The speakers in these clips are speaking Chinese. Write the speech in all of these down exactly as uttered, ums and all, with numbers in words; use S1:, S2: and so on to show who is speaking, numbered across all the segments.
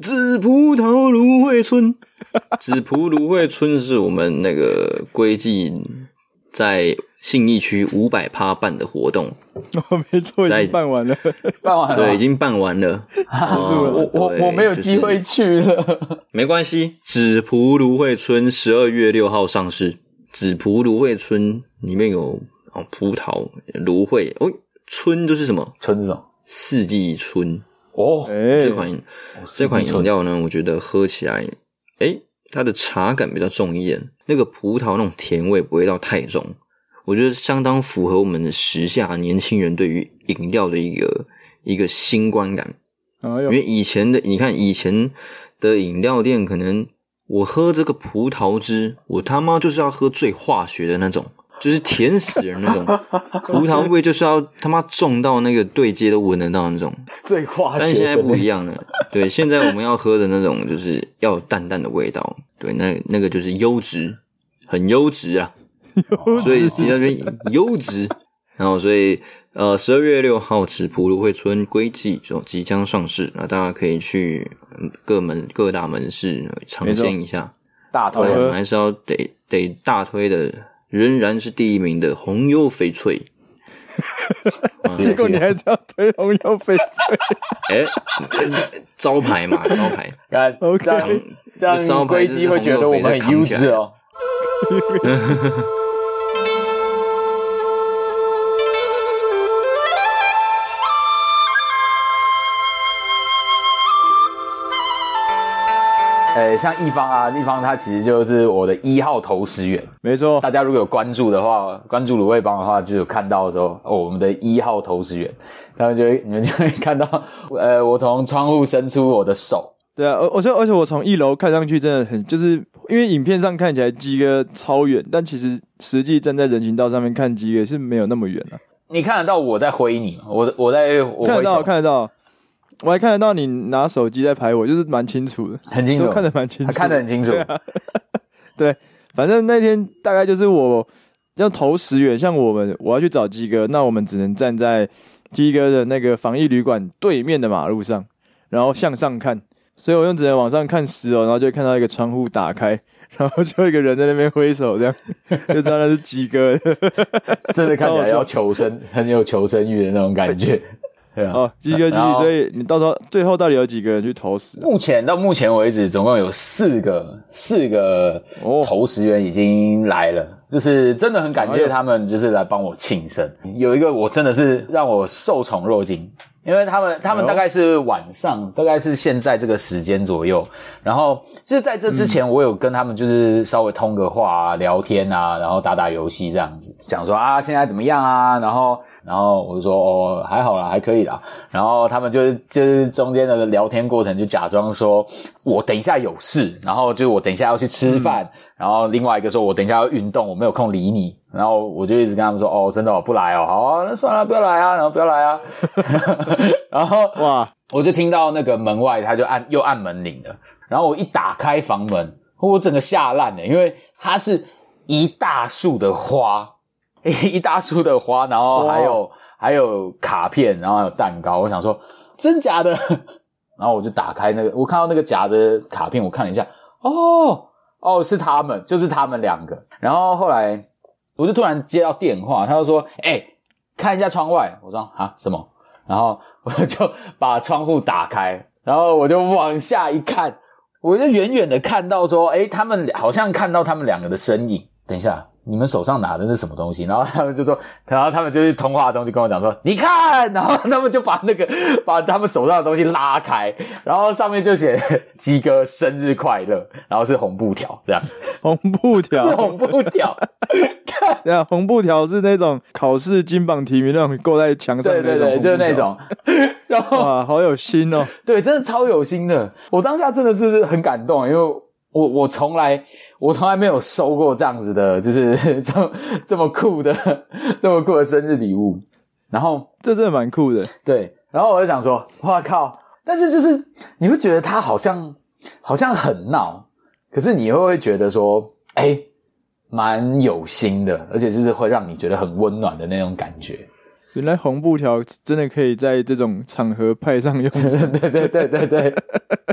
S1: 紫葡萄芦荟春，紫葡芦荟春是我们那个龟记在信义区五百趴办的活动。
S2: 哦，没错，已经办完了，
S3: 办完了，
S1: 对，已经办完了。
S3: 哦、我我我没有机会去了，就是、
S1: 没关系。紫葡芦荟春十二月六号上市。紫葡芦荟春里面有哦葡萄、芦荟哦，春就是什么？
S3: 春是什么？
S1: 四季春
S3: 哦。
S1: 这款、哦、这款饮料呢，我觉得喝起来，诶，它的茶感比较重一点，那个葡萄那种甜味不会到太重。我觉得相当符合我们时下年轻人对于饮料的一个一个新观感。
S2: 哎、
S1: 因为以前的你看以前的饮料店，可能我喝这个葡萄汁，我他妈就是要喝最化学的那种，就是甜死人那种，葡萄味就是要他妈重到那个对接都闻得到那种，
S3: 最化学的。
S1: 但现在不一样了，对，现在我们要喝的那种就是要有淡淡的味道，对，那那个就是优质，很优质啊。所以其实那边优质，然后所以呃十二月六号紫葡芦荟春龟记就即将上市，那大家可以去各门各大门市尝鲜一下。
S3: 大推，
S1: 我们还是要得得大推的，仍然是第一名的红优翡翠。
S2: 结果你还是要推红优翡翠？
S1: 哎、欸，招牌嘛，招牌。
S3: 这样这样龟记会觉得我们很优质哦。呃，像一方啊，一方他其实就是我的一号投食员，
S2: 没错。
S3: 大家如果有关注的话，关注卤味帮的话，就有看到说，哦，我们的一号投食员，然后就会你们就会看到，呃，我从窗户伸出我的手。
S2: 对啊，而且而且我从一楼看上去真的很，就是因为影片上看起来鸡哥超远，但其实实际站在人行道上面看鸡哥是没有那么远啊。
S3: 你看得到我在挥你，我我在我挥手，
S2: 看得到看得到。我还看得到你拿手机在拍我，就是蛮清楚的，
S3: 很清楚，
S2: 都看得蛮清楚，
S3: 看得很清楚。
S2: 对, 啊、对，反正那天大概就是我要投十元，像我们我要去找鸡哥，那我们只能站在鸡哥的那个防疫旅馆对面的马路上，然后向上看，所以我就只能往上看十楼，然后就会看到一个窗户打开，然后就有一个人在那边挥手，这样就知道那是鸡哥，
S3: 真的看起来要求生，很有求生欲的那种感觉。对啊，
S2: 哦，鸡哥继续，所以你到时候最后到底有几个人去投食、啊？
S3: 目前到目前为止，总共有四个四个投食员已经来了，哦、就是真的很感谢他们，就是来帮我庆生。有一个我真的是让我受宠若惊。因为他们他们大概是晚上、哎、大概是现在这个时间左右，然后就是在这之前我有跟他们就是稍微通个话啊，聊天啊，然后打打游戏这样子，讲说啊现在怎么样啊，然后然后我就说哦还好啦，还可以啦，然后他们就是就是中间的聊天过程就假装说我等一下有事，然后就我等一下要去吃饭、嗯、然后另外一个说我等一下要运动，我没有空理你，然后我就一直跟他们说哦真的我不来哦，好啊那算了不要来啊，然后不要来啊然后哇，我就听到那个门外他就按又按门铃了，然后我一打开房门，我整个吓烂了，因为它是一大束的花，一大束的花，然后还有还有卡片，然后还有蛋糕，我想说真假的，然后我就打开那个，我看到那个夹着卡片，我看了一下，哦哦是他们，就是他们两个，然后后来我就突然接到电话，他就说诶看一下窗外，我说啊什么？然后我就把窗户打开，然后我就往下一看，我就远远的看到说诶他们好像看到他们两个的身影，等一下你们手上拿的是什么东西？然后他们就说，然后他们就是通话中就跟我讲说你看，然后他们就把那个把他们手上的东西拉开，然后上面就写鸡哥生日快乐，然后是红布条这样，
S2: 红布条
S3: 是红布条
S2: 对啊，红布条是那种考试金榜题名那种勾在墙上的那种，
S3: 对对对，就是那种然后
S2: 哇好有心哦，
S3: 对真的超有心的，我当下真的是很感动，因为我我从来我从来没有收过这样子的，就是这么这么酷的这么酷的生日礼物，然后
S2: 这真的蛮酷的，
S3: 对，然后我就想说哇靠，但是就是你会觉得他好像好像很闹，可是你又会觉得说诶蛮有心的，而且就是会让你觉得很温暖的那种感觉。
S2: 原来红布条真的可以在这种场合派上用场
S3: 对对对对对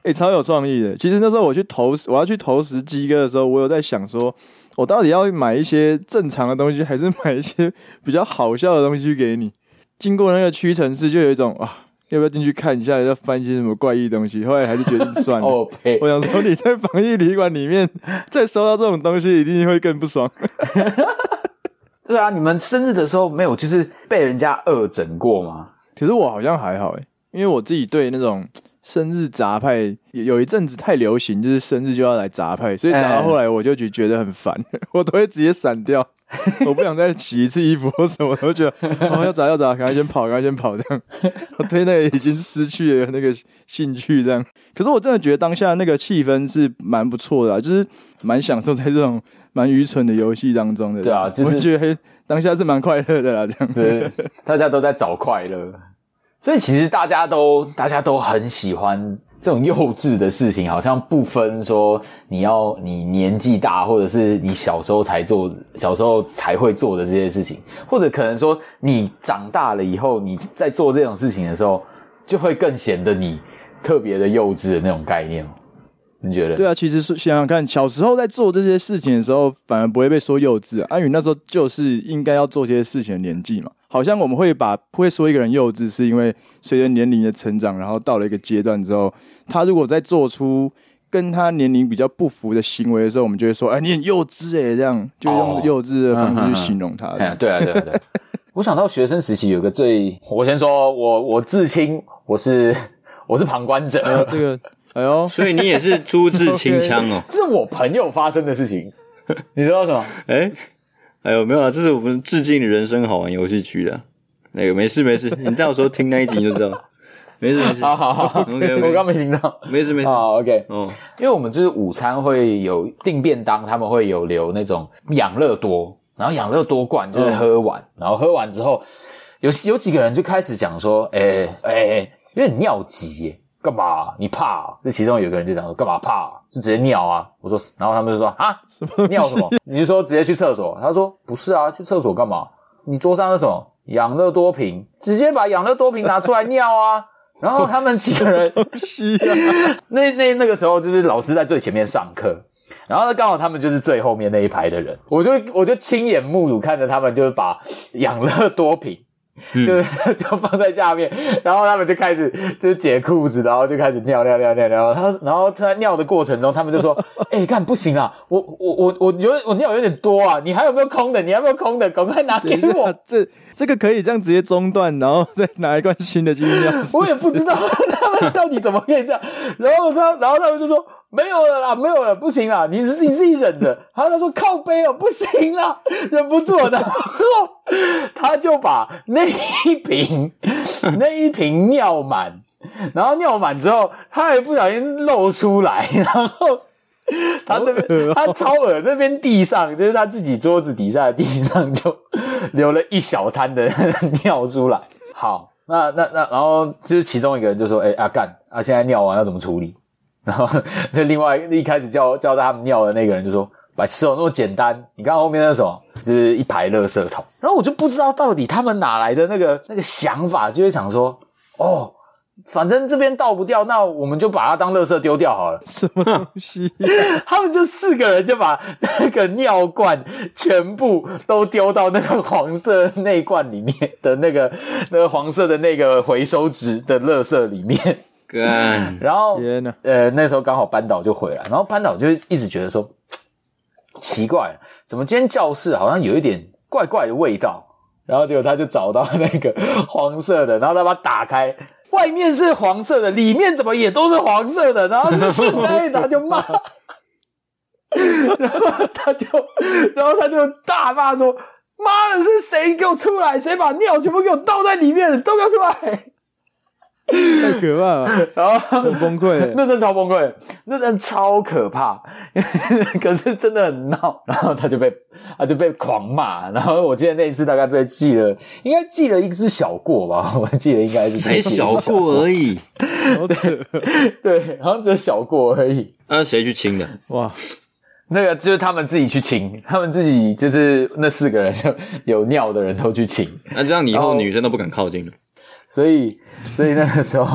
S2: 哎、欸，超有创意的。其实那时候我去投，我要去投食鸡哥的时候，我有在想说，我到底要买一些正常的东西，还是买一些比较好笑的东西给你？经过那个屈臣氏，就有一种啊，要不要进去看一下，要翻一些什么怪异东西？后来还是决定算了。
S3: 哦，
S2: 我想说你在防疫旅馆里面再收到这种东西，一定会更不爽。
S3: 对啊，你们生日的时候没有就是被人家恶整过吗？
S2: 其实我好像还好诶，因为我自己对那种生日杂派有一阵子太流行，就是生日就要来杂派，所以杂到后来我就觉得很烦，我都会直接闪掉。我不想再洗一次衣服或什么，我都觉得哦要杂要杂，赶快先跑，赶快先跑这样。我对那个已经失去了那个兴趣这样。可是我真的觉得当下那个气氛是蛮不错的啊，就是蛮享受在这种蛮愚蠢的游戏当中的。
S3: 对啊，就是
S2: 我觉得当下是蛮快乐的啦，这样。
S3: 对，大家都在找快乐，所以其实大家都大家都很喜欢这种幼稚的事情，好像不分说你要你年纪大，或者是你小时候才做、小时候才会做的这些事情，或者可能说你长大了以后，你在做这种事情的时候，就会更显得你特别的幼稚的那种概念。你觉得？
S2: 对啊，其实想想看，小时候在做这些事情的时候，反而不会被说幼稚啊。安宇那时候就是应该要做这些事情的年纪嘛。好像我们会把会说一个人幼稚，是因为随着年龄的成长，然后到了一个阶段之后，他如果在做出跟他年龄比较不符的行为的时候，我们就会说：“哎，你很幼稚哎！”这样就用幼稚的方式去形容他。
S3: 哦嗯嗯、对啊，对啊，对啊。我想到学生时期有个最，我先说，我我自清我是我是旁观者。
S2: 哎、这个。哎呦，
S1: 所以你也是朱自清腔哦？
S3: 这是我朋友发生的事情，你知道什么？
S1: 哎，哎呦，没有啊，这是我们致敬人生好玩游戏区的那个，没事没事，你到时候听那一集就知道，没事没事。
S3: 好好好
S1: ，OK OK，
S3: 我刚没听到，
S1: 没事没事。
S3: 好 OK，
S1: 哦，
S3: 因为我们就是午餐会有订便当，他们会有留那种养乐多，然后养乐多罐就是喝完，嗯、然后喝完之后，有有几个人就开始讲说，哎、欸、哎、欸，有点尿急耶。干嘛？你怕、啊？这其中有个人就讲说，干嘛怕、啊？就直接尿啊！我说，然后他们就说啊，
S2: 什么
S3: 尿什么？你就说直接去厕所？他说不是啊，去厕所干嘛？你桌上是什么？养乐多瓶，直接把养乐多瓶拿出来尿啊！然后他们几个人，那那那个时候就是老师在最前面上课，然后刚好他们就是最后面那一排的人，我就我就亲眼目睹看着他们就是把养乐多瓶。就是就放在下面，然后他们就开始就是解裤子，然后就开始尿尿尿尿尿。然后然后在尿的过程中，他们就说：“哎、欸，干不行啊，我我我我有我尿有点多啊，你还有没有空的？你还有没有空的？赶快拿给我。”
S2: 这这个可以这样直接中断，然后再拿一罐新的进去尿。
S3: 我也不知道他们到底怎么可以这样。然后他然后他们就说。没有了啦，没有了，不行啦，你是你自己忍着。然后他说靠背哦，不行啦，忍不住了。然后他就把那一瓶那一瓶尿满，然后尿满之后，他还不小心漏出来，然后他那边他超恶，那边地上就是他自己桌子底下的地上就流了一小滩的尿出来。好，那那那然后就是其中一个人就说：“哎、欸、啊干啊，现在尿完要怎么处理？”然后那另外一开始叫叫他们尿的那个人就说：“白痴哦，那么简单！你看后面那是什么？就是一排垃圾桶。”然后我就不知道到底他们哪来的那个那个想法，就会想说：“哦，反正这边倒不掉，那我们就把它当垃圾丢掉好了。”
S2: 什么东西、啊？
S3: 他们就四个人就把那个尿罐全部都丢到那个黄色内罐里面的那个那个黄色的那个回收纸的垃圾里面。然后呃那时候刚好班导就回来，然后班导就一直觉得说奇怪，怎么今天教室好像有一点怪怪的味道，然后结果他就找到那个黄色的，然后他把它打开，外面是黄色的，里面怎么也都是黄色的，然后是是谁，他就骂然后他就然后他就大骂说妈的是谁给我出来，谁把尿全部给我倒在里面，都给我出来，
S2: 太可怕了，然后很崩溃，
S3: 那真超崩溃，那真超可怕，可是真的很闹，然后他就被他就被狂骂，然后我记得那一次大概被记了，应该记了一只小过吧，我记得应该是
S1: 才小过而已，
S3: 对对，好像只有小过而已。
S1: 那谁去清的？
S2: 哇！
S3: 那个就是他们自己去清，他们自己就是那四个人就有尿的人都去清。
S1: 那这样以后女生都不敢靠近了。
S3: 所以，所以那个时候，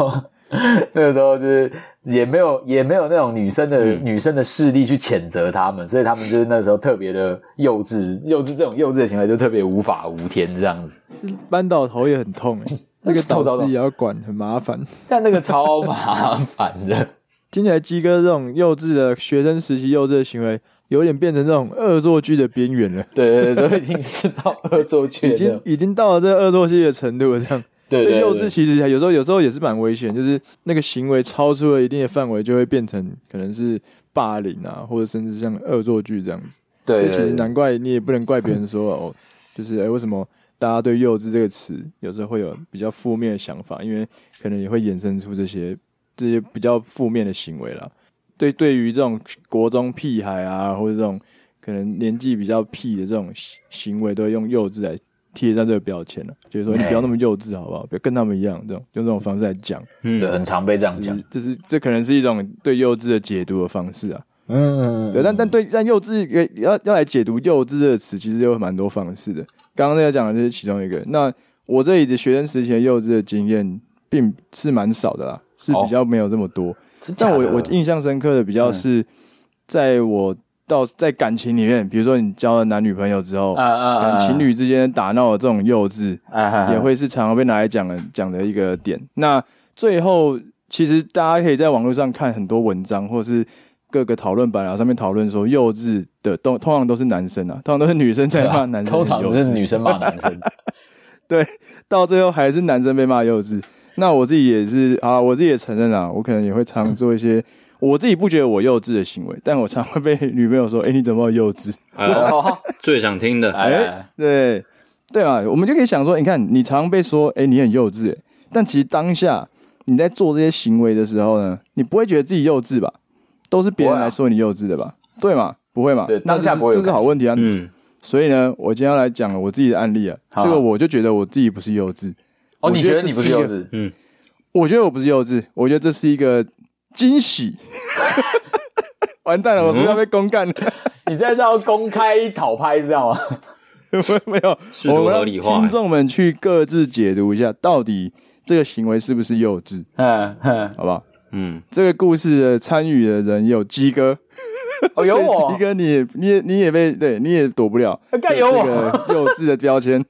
S3: 那个时候就是也没有也没有那种女生的、嗯、女生的势力去谴责他们，所以他们就是那时候特别的幼稚，幼稚这种幼稚的行为就特别无法无天这样子。
S2: 就是班导头也很痛哎、欸，那个导师也要管，很麻烦。
S3: 但那个超麻烦的。
S2: 听起来鸡哥这种幼稚的学生时期幼稚的行为，有点变成这种恶作剧的边缘了。
S3: 对对对，都已经是到恶作剧了，
S2: 已经已经到了这个恶作剧的程度了，这样。
S3: 对对对对，
S2: 所以幼稚其实有时候有时候也是蛮危险，就是那个行为超出了一定的范围，就会变成可能是霸凌啊，或者甚至像恶作剧这样子。
S3: 对， 对， 对，
S2: 所以其实难怪你也不能怪别人说哦，就是哎、欸、为什么大家对幼稚这个词有时候会有比较负面的想法，因为可能也会衍生出这些这些比较负面的行为啦。对，对于这种国中屁孩啊，或者这种可能年纪比较屁的这种行为，都会用幼稚来贴上这个标签了，就是说你不要那么幼稚好不好？不要跟他们一样，这种用这种方式来讲，
S3: 嗯，对，很常被这样讲，
S2: 这是这可能是一种对幼稚的解读的方式啊。
S3: 嗯，
S2: 对，但但对，但幼稚要要来解读幼稚这个词，其实有蛮多方式的。刚刚那个讲的就是其中一个。那我这里的学生时期的幼稚的经验，并是蛮少的啦，是比较没有这么多。哦、但我我印象深刻的比较是，在我到在感情里面，比如说你交了男女朋友之后，啊啊啊情侣之间打闹的这种幼稚，啊啊啊也会是常常被拿来讲的讲的一个点。那最后，其实大家可以在网络上看很多文章，或是各个讨论版啊，上面讨论说幼稚的都通常都是男生啊，通常都是女生在骂男生，
S3: 通常是女生骂男生。
S2: 对，到最后还是男生被骂幼稚。那我自己也是啊，我自己也承认啊，我可能也会常做一些我自己不觉得我幼稚的行为，但我常会被女朋友说：“哎、欸，你怎么幼稚？”
S1: 最想听的，
S2: 哎、欸，对对啊，我们就可以想说，你看，你常被说：“哎、欸，你很幼稚。”哎，但其实当下你在做这些行为的时候呢，你不会觉得自己幼稚吧？都是别人来说你幼稚的吧？啊、对吗？不会嘛？
S3: 对，当下不会，
S2: 这是好问题啊。
S1: 嗯，
S2: 所以呢，我今天要来讲我自己的案例啊。这个我就觉得我自己不是幼稚。
S3: 哦，你觉得你不是幼稚？
S2: 嗯，我觉得我不是幼稚，我觉得这是一个惊喜。完蛋了，我是不是要被公干了？
S3: 你现在是要公开讨拍，知道吗？
S2: 没有，
S1: 试图合理化。
S2: 听众们去各自解读一下，到底这个行为是不是幼稚？嗯嗯，好不好？嗯，这个故事的参与的人有鸡哥，
S3: 哦，有我
S2: 鸡哥你也你也你也被对你也躲不了，
S3: 干有我
S2: 这个幼稚的标签。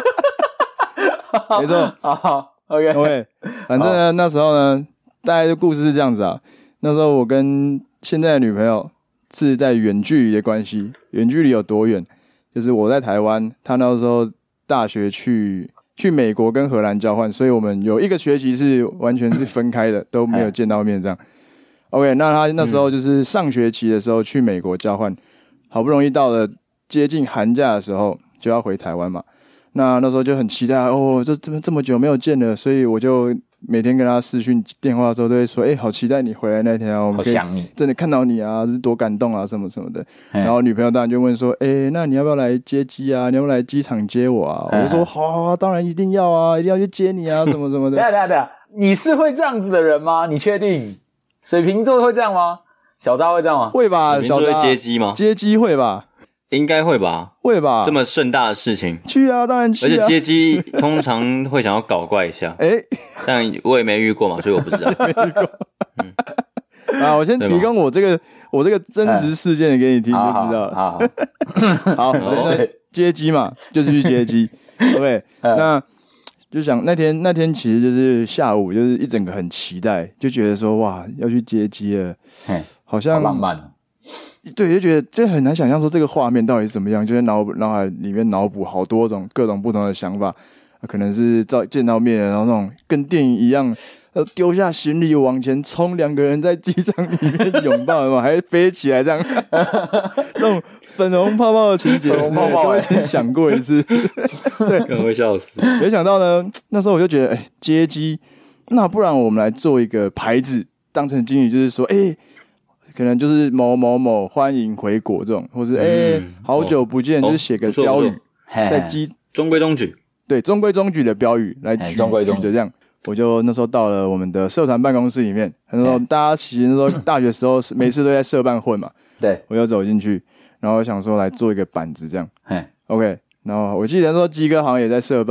S2: 没错
S3: 啊 ，OK
S2: OK， 反正呢那时候呢，大概的故事是这样子啊。那时候我跟现在的女朋友是在远距离的关系，远距离有多远？就是我在台湾，她那时候大学去去美国跟荷兰交换，所以我们有一个学期是完全是分开的，都没有见到面这样。OK， 那她那时候就是上学期的时候去美国交换，好不容易到了接近寒假的时候就要回台湾嘛。那那时候就很期待哦，这这么这么久没有见了，所以我就每天跟他视讯电话的时候都会说，哎、欸，好期待你回来那天啊，我们可以真的看到你啊，是多感动啊，什么什么的。然后女朋友当然就问说，哎、欸，那你要不要来接机啊？你要不要来机场接我啊？我就说好啊，当然一定要啊，一定要去接你啊，什么什么的。
S3: 等一下等一下等一下，你是会这样子的人吗？你确定？水瓶座会这样吗？小渣会这样吗？
S2: 会吧，小渣
S1: 接机吗？
S2: 接机会吧。
S1: 应该会吧，
S2: 会吧，
S1: 这么盛大的事情，
S2: 去啊，当然去啊。
S1: 而且接机通常会想要搞怪一下，哎、欸，但我也没遇过嘛，所以我不知道。
S2: 没遇过。嗯，啊，我先提供我这个我这个真实事件给你听，就知道了。好好好，好接机嘛，就是去接机。OK， 那就想那天那天其实就是下午，就是一整个很期待，就觉得说哇要去接机了，好像
S3: 好浪漫。
S2: 对，就觉得这很难想象说这个画面到底是怎么样，就在脑脑海里面脑补好多种各种不同的想法，可能是照见到面，然后那种跟电影一样，呃，丢下行李往前冲，两个人在机场里面拥抱，有没有还飞起来这样，这种粉红泡泡的情节，
S3: 粉红泡泡、欸，
S2: 我先想过一次，对，
S1: 可能会笑死。
S2: 没想到呢，那时候我就觉得，哎、欸，接机，那不然我们来做一个牌子，当成经理，就是说，哎、欸。可能就是某某某欢迎回国这种，或是哎、欸嗯、好久不见，哦、就是写个标语，在机
S1: 中规中矩，
S2: 对中规中矩的标语来举
S3: 中规中
S2: 矩的这样。我就那时候到了我们的社团办公室里面，那时候大家其实那时候大学时候每次都在社办混嘛，
S3: 对，
S2: 我就走进去，然后想说来做一个板子这样，OK， 然后我记得说鸡哥好像也在社办嘛，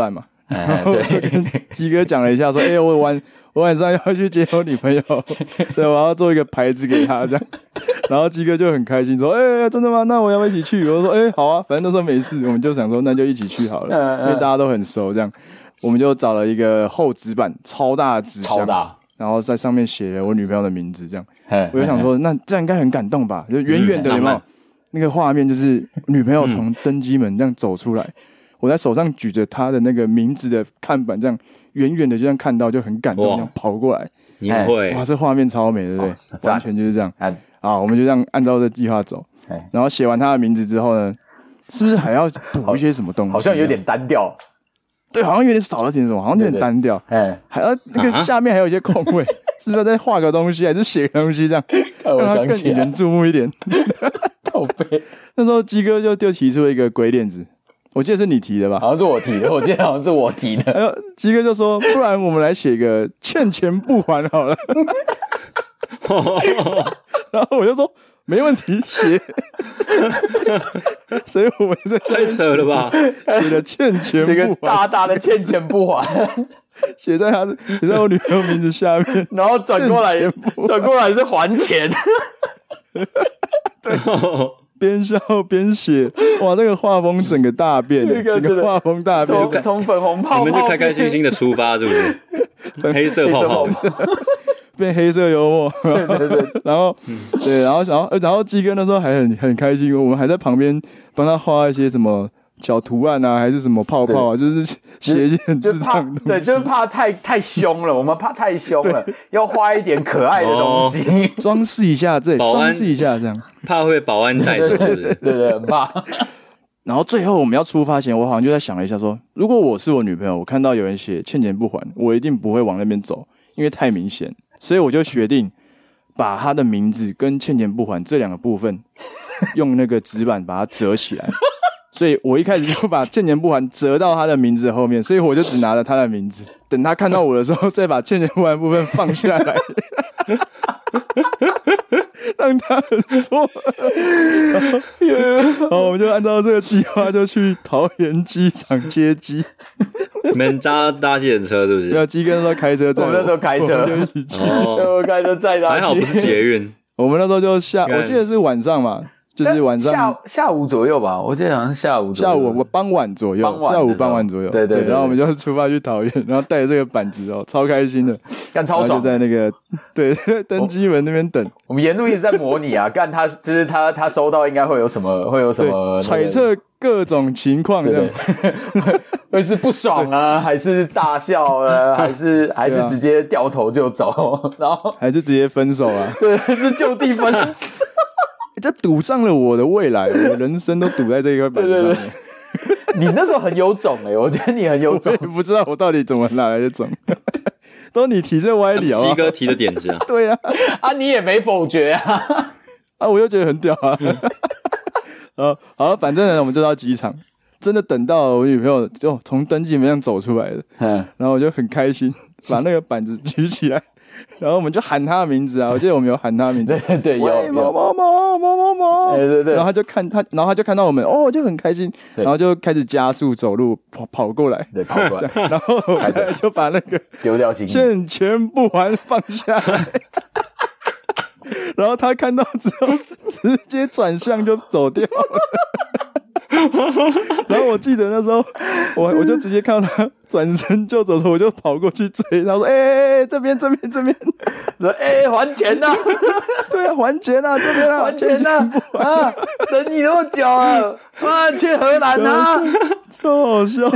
S3: 哎，对，
S2: 鸡哥讲了一下说，哎、欸，我晚我晚上要去接我女朋友，对，我要做一个牌子给她这样。然后鸡哥就很开心说，哎、欸，真的吗？那我要不要一起去？我说，哎、欸，好啊，反正那时候没事，我们就想说那就一起去好了，因为大家都很熟这样。我们就找了一个厚纸板，超大的纸箱，超大，然后在上面写了我女朋友的名字，这样。我就想说，那这样应该很感动吧？就远远的有没有、嗯、那个画面，就是女朋友从登机门这样走出来，嗯、我在手上举着她的那个名字的看板，这样远远的就这样看到，就很感动，这样跑过来。
S1: 你会
S2: 哇，这画面超美，对不对？哦、完全就是这样。啊，我们就这样按照这计划走。然后写完她的名字之后呢，是不是还要补一些什么东西？
S3: 好像有点单调。
S2: 对，好像有点少了点什么，好像有点单调。哎，还要那个下面还有一些空位，啊、是不是要再画个东西，还是写个东西这样，让它更引人注目一点？
S3: 靠背。
S2: 那时候鸡哥就就提出了一个鬼点子，我记得是你提的吧？
S3: 好像是我提的，我记得好像是我提的。
S2: 还有鸡哥就说，不然我们来写个欠钱不还好了。然后我就说。没问题，写。所以我们在
S1: 太扯了吧？
S2: 写了欠钱不还，
S3: 这个大大的欠钱不还，
S2: 写在他的写在我女朋友名字下面，
S3: 然后转过来，转过来是还钱。
S2: 对，边笑边写，哇，这个画风整个大变，整个画风大变，
S3: 从粉红泡泡，
S1: 你们就开开心心的出发，是不是？黑色泡泡。
S2: 变黑色幽默，对对对，然后、嗯、对，然后然后然后鸡哥那时候还很很开心，我们还在旁边帮他画一些什么小图案啊，还是什么泡泡啊，就是写一些很智障的东西。
S3: 对，就是怕太太凶了，我们怕太凶了，要画一点可爱的东西，
S2: 装饰一下，这装饰一下这样，
S1: 怕会保安带走，对
S3: 对对，很怕。
S2: 然后最后我们要出发前，我好像就在想了一下说，如果我是我女朋友，我看到有人写欠钱不还，我一定不会往那边走，因为太明显。所以我就决定把他的名字跟欠钱不还这两个部分用那个纸板把它折起来。所以我一开始就把欠钱不还折到他的名字后面，所以我就只拿了他的名字，等他看到我的时候再把欠钱不还的部分放下来。让他很错，然后我们就按照这个计划就去桃园机场接机。
S1: 你们搭搭计程车是不是？
S2: 没有，鸡哥那时候开车载我，
S3: 我们那时候开车，
S2: 我们就一起去。
S3: 哦，我开车载他去，
S1: 还好不是捷运。
S2: 我们那时候就下，我记得是晚上嘛。就是晚上
S3: 下下午左右吧，我记得好像是下午左右，
S2: 下午傍晚左右，
S3: 傍晚
S2: 下午傍晚左右，
S3: 对 对, 对,
S2: 对。然后我们就出发去桃园，然后带着这个板子哦，超开心的，
S3: 干超爽，
S2: 就在那个对登机门那边等。
S3: 我们沿路一直在模拟啊，干他就是他他收到应该会有什么会有什么、那個、
S2: 揣测各种情况，这样
S3: 会是不爽啊，还是大笑啊，还是还是直接掉头就走，然后
S2: 还是直接分手啊？
S3: 对，是就地分手。
S2: 这赌上了我的未来，我的人生都赌在这个板上面。对对
S3: 对，你那时候很有种哎、欸，我觉得你很有种，
S2: 我也不知道我到底怎么哪来的种，都你提这歪理啊，
S1: 鸡哥提的点子啊，
S2: 对啊，
S3: 啊你也没否决啊，
S2: 啊我又觉得很屌啊，好，好，反正呢我们就到机场，真的等到我女朋友就从登机门上走出来了，嗯，然后我就很开心，把那个板子举起来。然后我们就喊他的名字啊，我记得我们有喊他的名字，
S3: 对对，有有
S2: 某某某某某某，
S3: 对对对。
S2: 然后他就看他，然后他就看到我们，哦，就很开心，然后就开始加速走路跑跑过来，
S3: 对，跑过来，
S2: 然后我就把那个
S3: 丢掉行李，
S2: 欠钱不还放下来，然后他看到之后直接转向就走掉了。然后我记得那时候，我我就直接看到他转身就走，我就跑过去追，他说：“哎哎哎，这边这边这边，
S3: 说哎、欸、还钱呐、啊！
S2: 对啊，还钱啊，这边啊，
S3: 还钱呐、啊！啊，等你那么久了，啊，去荷兰啊，
S2: 超好笑。”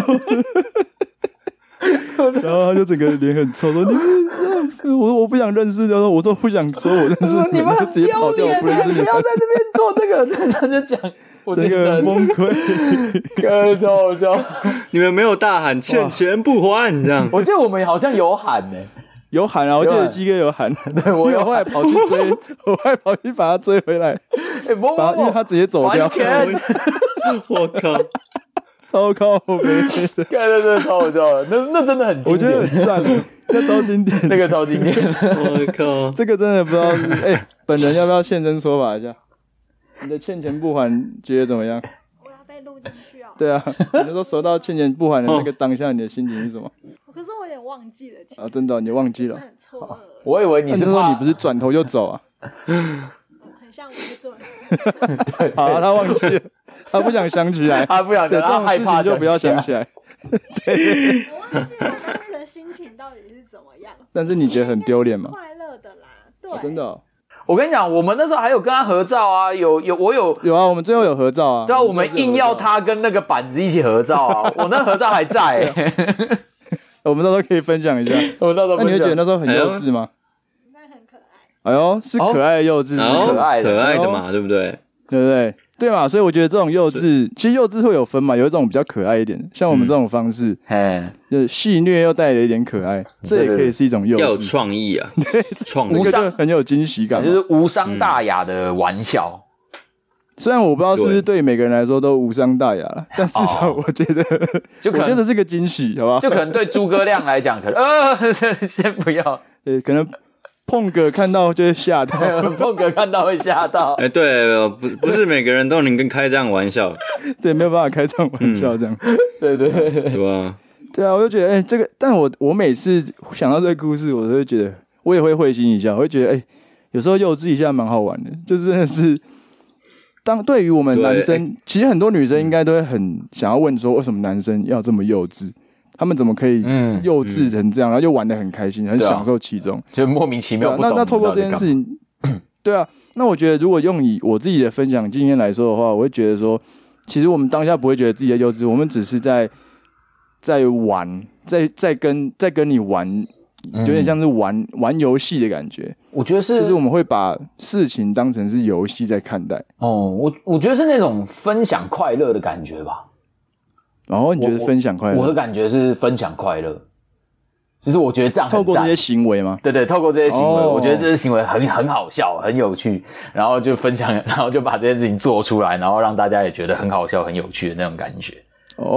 S2: 然后他就整个脸很臭，说：“你们，我我不想认识。”他说：“我说不想说我认识。”
S3: 你们很
S2: 直接跑掉，我不认识你们，
S3: 不要在这边做这个。他就讲。
S2: 这个崩溃，
S3: 超好笑！
S1: 你们没有大喊欠钱不还，这样？
S3: 我记得我们好像有喊呢、欸，
S2: 有喊啊！我记得鸡哥有喊，
S3: 对我有
S2: 后来跑去追，我后来跑去把他追回来，
S3: 欸、不不
S2: 因为他直接走掉。
S3: 还钱！
S1: 我靠，
S2: 超靠北的，
S3: 对对对，超好笑的，那那真的很经典，
S2: 我觉得很赞，那超经典，
S3: 那个超经典。
S1: 我靠，
S2: 这个真的不知道是哎、欸，本人要不要现身说法一下？你的欠钱不还，觉得怎么样？
S4: 我要被录进去哦。
S2: 对啊，你就说收到欠钱不还的那个当下，你的心情是什么？
S4: 可是我有点忘记了，其实
S2: 啊，真的、哦、你忘记了？
S4: 很错愕。
S3: 我以为你是
S2: 说你不是转头就走啊？
S4: 很像我是做的事。
S3: 对，
S2: 好、啊，他忘记了，他不想想起来，
S3: 他不想
S2: 对这种
S3: 害怕
S2: 事情就不要想起来。
S4: 对，我忘记了当时的心情到底是怎么样。
S2: 但是你觉得很丢脸吗？
S4: 快乐的啦，对，
S2: 哦、真的、哦。
S3: 我跟你讲，我们那时候还有跟他合照啊，有有我有
S2: 有啊，我们最后有合照啊。
S3: 对啊，我们硬要他跟那个板子一起合照啊，我那合照还在、欸。
S2: 我们到时候可以分享一下。
S3: 我们到时候分享。
S2: 那你会觉得那时候很幼稚吗？
S4: 那很可爱。
S2: 哎呦，是可爱的幼稚，
S1: 哦、
S2: 是
S3: 可爱的，
S1: 可爱的嘛，对不对？
S2: 对不对？对嘛，所以我觉得这种幼稚，其实幼稚会有分嘛，有一种比较可爱一点，像我们这种方式，
S3: 嗯，
S2: 就是戏谑又带了一点可爱，这也可以是一种幼稚，
S1: 要有创意啊，
S2: 对，
S1: 创意
S2: 这个就很有惊喜感，
S3: 就是无伤大雅的玩笑。
S2: 虽然我不知道是不是对每个人来说都无伤大雅了，但至少我觉得，
S3: 就可能
S2: 我觉得是个惊喜，好不好？
S3: 就可能对诸葛亮来讲，可能呃，先不要，
S2: 对，可能。碰哥看到就会吓到，
S3: 碰哥看到会吓到。
S1: 哎、欸，对，不不是每个人都能跟开这样玩笑，
S2: 对，没有办法开这样玩笑，这样，
S3: 嗯、对对对对，
S1: 对吧？
S2: 对啊，我就觉得，哎、欸，这个，但我我每次想到这个故事，我都会觉得，我也会会心一笑，我会觉得，哎、欸，有时候幼稚一下蛮好玩的，就真的是，当对于我们男生，欸、其实很多女生应该都会很想要问说，为什么男生要这么幼稚？他们怎么可以幼稚成这样，嗯、然后又玩得很开心，很享受其中，
S3: 就莫名其妙不懂。
S2: 那那透过这件事情，对啊，那我觉得如果用以我自己的分享经验来说的话，我会觉得说，其实我们当下不会觉得自己的幼稚，我们只是在在玩，在在跟在跟你玩，有点像是玩、嗯、玩游戏的感觉。
S3: 我觉得是，
S2: 就是我们会把事情当成是游戏在看待。
S3: 哦，我我觉得是那种分享快乐的感觉吧。
S2: 然后你觉得分享快乐？
S3: 我的感觉是分享快乐。其实我觉得这样很
S2: 透过这些行为吗？
S3: 对对，透过这些行为，
S2: oh.
S3: 我觉得这些行为很很好笑，很有趣，然后就分享，然后就把这件事情做出来，然后让大家也觉得很好笑、很有趣的那种感觉。
S2: 哦、oh, ，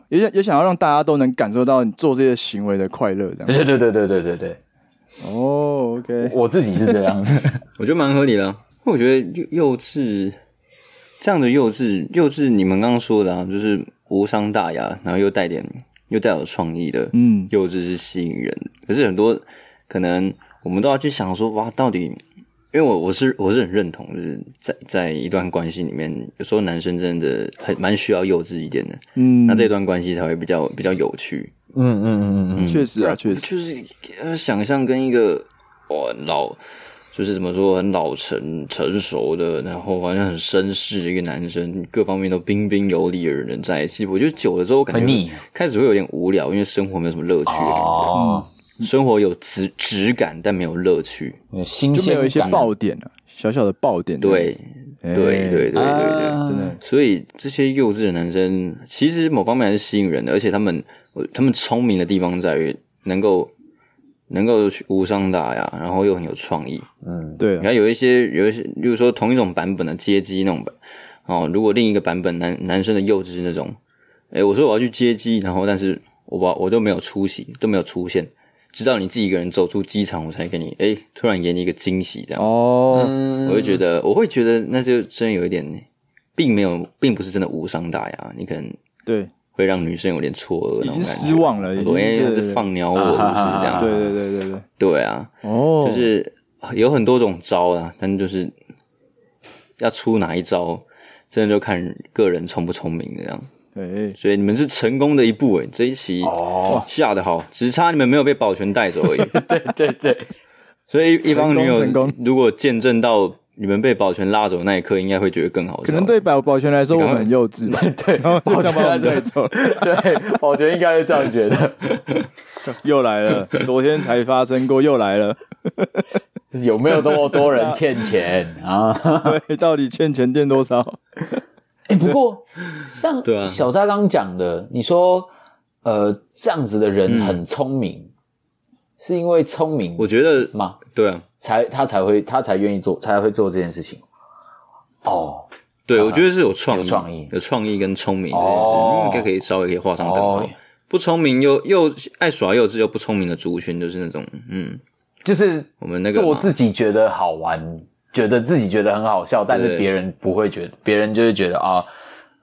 S2: 也也想要让大家都能感受到你做这些行为的快乐，这样。
S3: 对对对对对对对。
S2: 哦、oh, ，OK，
S3: 我自己是这样子，
S1: 我觉得蛮合理的、啊。我觉得幼幼稚这样的幼稚，幼稚你们刚刚说的啊，就是无伤大雅，然后又带点又带有创意的，嗯，幼稚是吸引人。可是很多可能我们都要去想说，哇，到底，因为我我是我是很认同，就是在在一段关系里面，有时候男生真的很蛮需要幼稚一点的，嗯，那这段关系才会比较比较有趣。
S3: 嗯嗯嗯嗯，
S2: 确实啊，确实，
S1: 就是呃想象跟一个哇老。就是怎么说很老成成熟的，然后好像很绅士的一个男生，各方面都彬彬有礼的人在一起，我觉得久了之后感觉
S3: 腻，
S1: 开始会有点无聊，因为生活没有什么乐趣。
S3: 哦，
S1: 嗯、生活有质质感，但没有乐趣，
S3: 新鲜感
S2: 就没有一些爆点啊，小小的爆点。
S1: 对，对，对，对，对，对，
S2: 啊、真的。
S1: 所以这些幼稚的男生，其实某方面还是吸引人的，而且他们他们聪明的地方在于能够。能够无伤大雅，然后又很有创意。
S2: 嗯，对、啊。
S1: 你看有一些有一些，比如说同一种版本的街机那种版，哦，如果另一个版本男男生的幼稚是那种，诶、欸、我说我要去接机，然后但是我把我都没有出席，都没有出现，直到你自己一个人走出机场，我才给你，诶、欸、突然给你一个惊喜，这样。
S2: 哦、
S1: 嗯，我会觉得，我会觉得那就真的有一点，并没有，并不是真的无伤大雅，你可能
S2: 对。
S1: 会让女生有点错愕，
S2: 已经失望了，已经
S1: 哎，是放鸟我，不是这样。
S2: 对对对对对，
S1: 对啊，哦，就是有很多种招啊，但就是要出哪一招，真的就看个人聪不聪明这样。
S2: 对，
S1: 所以你们是成功的一步诶，这一期哦下得好，只差你们没有被保全带走而已。
S3: 对对对，
S1: 所以一方女友如果见证到。你们被保全拉走那一刻，应该会觉得更好笑。
S2: 可能对保保全来说，我们很幼稚吧？
S3: 对，
S2: 然后就这样把我们带走。
S3: 对，保全应该是这样觉得。
S2: 又来了，昨天才发生过，又来了。
S3: 有没有那么多人欠钱啊？
S2: 对，到底欠钱欠多少？
S3: 哎、欸，不过像小扎刚讲的，你说呃，这样子的人很聪明。嗯，是因为聪明，
S1: 我觉得
S3: 嘛，
S1: 对啊，
S3: 才他才会他才愿意做，才会做这件事情。哦，
S1: 对，我觉得是有创意，
S3: 有创意，
S1: 有创意跟聪明这件事，哦、应该可以稍微可以画上等号。哦、不聪明又又爱耍幼稚又不聪明的族群，就是那种嗯，
S3: 就是
S1: 我们那个
S3: 做自己觉得好玩，觉得自己觉得很好笑，但是别人不会觉得，别人就会觉得啊。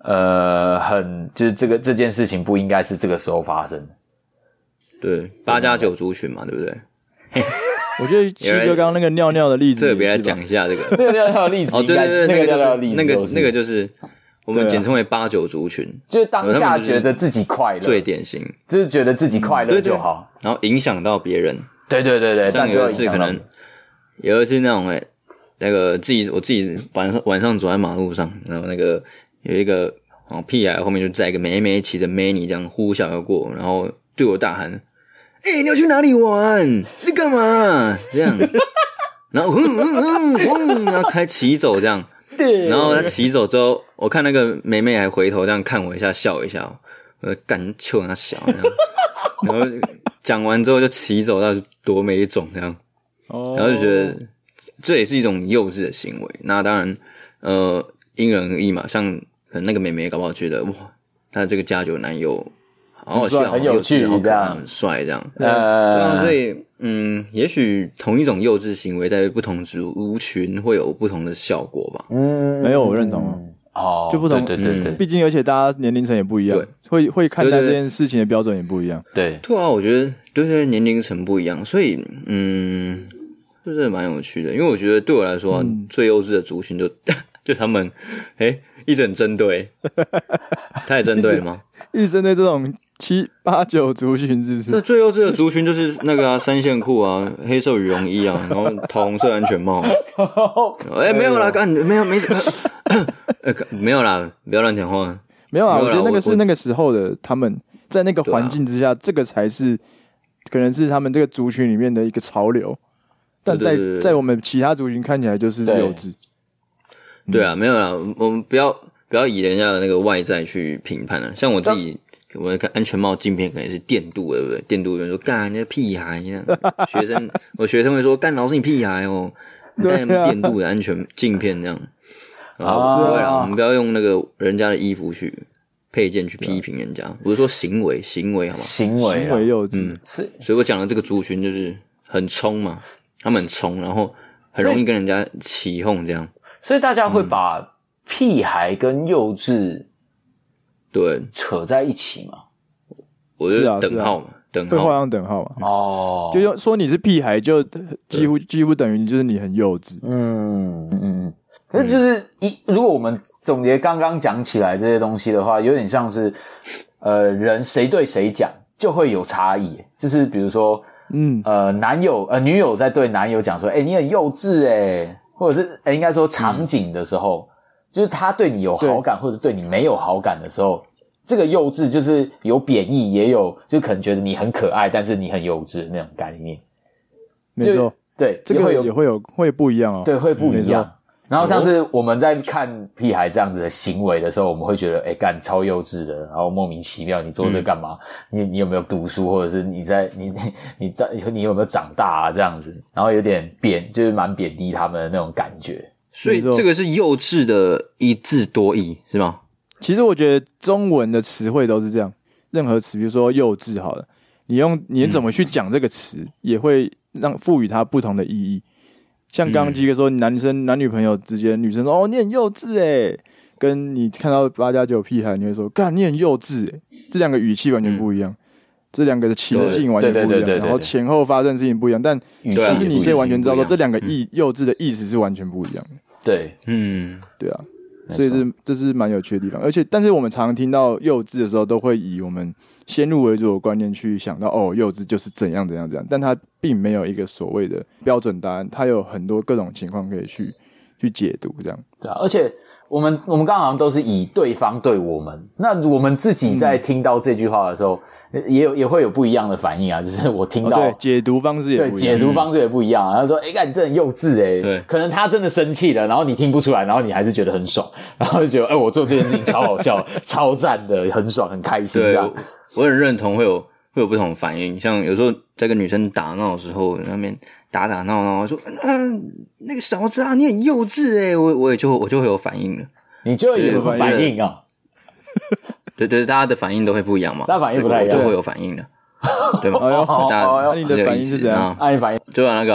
S3: 呃，很就是这个这件事情不应该是这个时候发生。
S1: 对，八加九族群嘛，对不对？
S2: 我觉得七哥刚刚那个尿尿的例子，
S1: 特别来讲一下这个
S3: 那个尿尿的例子，
S1: 哦，对对对，
S3: 那个
S1: 尿
S3: 尿尿的例子，
S1: 那个那个就是我们简称为八九族群，
S3: 就是当下觉得自己快乐，
S1: 最典型，
S3: 就是觉得自己快乐就好，
S1: 然后影响到别人。
S3: 对对对对，
S1: 像有一次可能，有一次那种诶、欸，那个自己我自己晚上晚上走在马路上，然后那个有一个哦屁孩后面就载一个妹妹骑着 Mini 这样呼啸而过，然后对我大喊：“哎、欸，你要去哪里玩？你干嘛？”这样，然后哼哼哼哼，然后开骑走这样，然后他骑走之后，我看那个妹妹还回头这样看我一下，笑一下，我干秋他小这样，然后讲完之后就骑走，到多没种这样，然后就觉得这也是一种幼稚的行为。那当然，呃，因人而异嘛。像可能那个妹妹搞不好觉得哇，她这个家酒男友好好笑，
S3: 很有趣，
S1: 好可爱，
S3: 这样
S1: 很帅这样。
S3: 呃，
S1: 所以嗯，也许同一种幼稚行为在不同族群会有不同的效果吧。
S2: 嗯，没有，我认同啊。
S3: 哦，
S2: 就不同，
S3: 对对对，
S2: 毕竟而且大家年龄层也不一样，会会看待这件事情的标准也不一样。
S3: 对
S1: 对啊，我觉得对对年龄层不一样，所以嗯，这真的蛮有趣的。因为我觉得对我来说、啊嗯、最幼稚的族群就就他们，哎，一直很针对，太针对了吗？
S2: 一直针对这种七八九族群是不是？
S1: 那最幼稚的族群就是那个啊，三线裤啊，黑色羽绒衣啊，然后桃红色安全帽。哎、欸，没有啦，干没有没事。呃，没有啦，不要乱讲话。
S2: 没有啊，我觉得那个是那个时候的他们在那个环境之下，这个才是可能是他们这个族群里面的一个潮流，但在在我们其他族群看起来就是幼稚。
S1: 对啊，没有啦，我们不要不要以人家的那个外在去评判了。像我自己，我的安全帽镜片可能是电镀的，对不对？电镀有人说干，你那屁孩一样。学生，我学生会说干，老师你屁孩哦，你戴什么电镀的安全镜片这样。啊，不会啦，我们不要用那个人家的衣服去配件去批评人家，不是说行为，行为好不好？
S3: 行为，
S2: 行为幼稚。
S1: 嗯，所以我讲的这个族群就是很冲嘛，他们很冲，然后很容易跟人家起哄这样。
S3: 所以大家会把屁孩跟幼稚
S1: 对
S3: 扯在一起嘛？
S1: 我觉得等号嘛，等号
S2: 会画上等号嘛？
S3: 哦，
S2: 就说你是屁孩，就几乎几乎等于就是你很幼稚。
S3: 嗯嗯嗯。可是就是一，如果我们总结刚刚讲起来这些东西的话，有点像是，呃，人谁对谁讲就会有差异。就是比如说，嗯，呃，男友呃女友在对男友讲说，哎、欸，你很幼稚哎、欸，或者是哎、欸，应该说场景的时候，嗯、就是他对你有好感或者对你没有好感的时候，这个幼稚就是有贬义，也有就可能觉得你很可爱，但是你很幼稚的那种概念。
S2: 没错，
S3: 对，
S2: 这个也会有会不一样哦。
S3: 对，会不一样。然后像是我们在看屁孩这样子的行为的时候，我们会觉得哎干超幼稚的，然后莫名其妙，你做这干嘛？嗯、你你有没有读书，或者是你在你你你在你有没有长大啊这样子？然后有点贬，就是蛮贬低他们的那种感觉。
S1: 所以这个是幼稚的一字多义是吗？
S2: 其实我觉得中文的词汇都是这样，任何词，比如说幼稚好了，你用你怎么去讲这个词，嗯、也会让赋予它不同的意义。像刚刚基哥说，男生男女朋友之间，女生说哦你很幼稚诶，跟你看到八加九屁孩，你会说干你很幼稚诶，这两个语气完全不一样，嗯、这两个的情境完全不一样，然后前后发生的事情不一样，但甚至你可以完全知道说这两个意幼稚的意思是完全不一样的。
S3: 对，
S2: 嗯，对啊，所以这这是蛮有趣的地方，而且但是我们常常听到幼稚的时候，都会以我们先入为主的观念去想到哦，幼稚就是怎样怎样怎样，但它并没有一个所谓的标准答案，它有很多各种情况可以去去解读，这样。
S3: 对啊，而且我们我们刚好像都是以对方对我们，那我们自己在听到这句话的时候，嗯、也有也会有不一样的反应啊，就是我听到、
S2: 哦、对解读方式也不一样，
S3: 对解读方式也不一样啊。他说：“哎，干你这很幼稚哎、欸，可能他真的生气了，然后你听不出来，然后你还是觉得很爽，然后就觉得哎，我做这件事情超好笑、超赞的，很爽、很开心这样。”
S1: 我很认同会有会有不同的反应，像有时候在跟女生打闹的时候，那边打打闹闹，说嗯、啊，那个小子啊，你很幼稚哎，我我也就我就会有反应了，
S3: 你就有反应啊？
S1: 对对，大家的反应都会不一样嘛，
S3: 大家反应不太一样，
S1: 就会有反应的，对吗？
S2: 哎呦，
S1: 大家
S2: 那你的反应是怎样？
S3: 那你反应
S1: 就把那个、啊、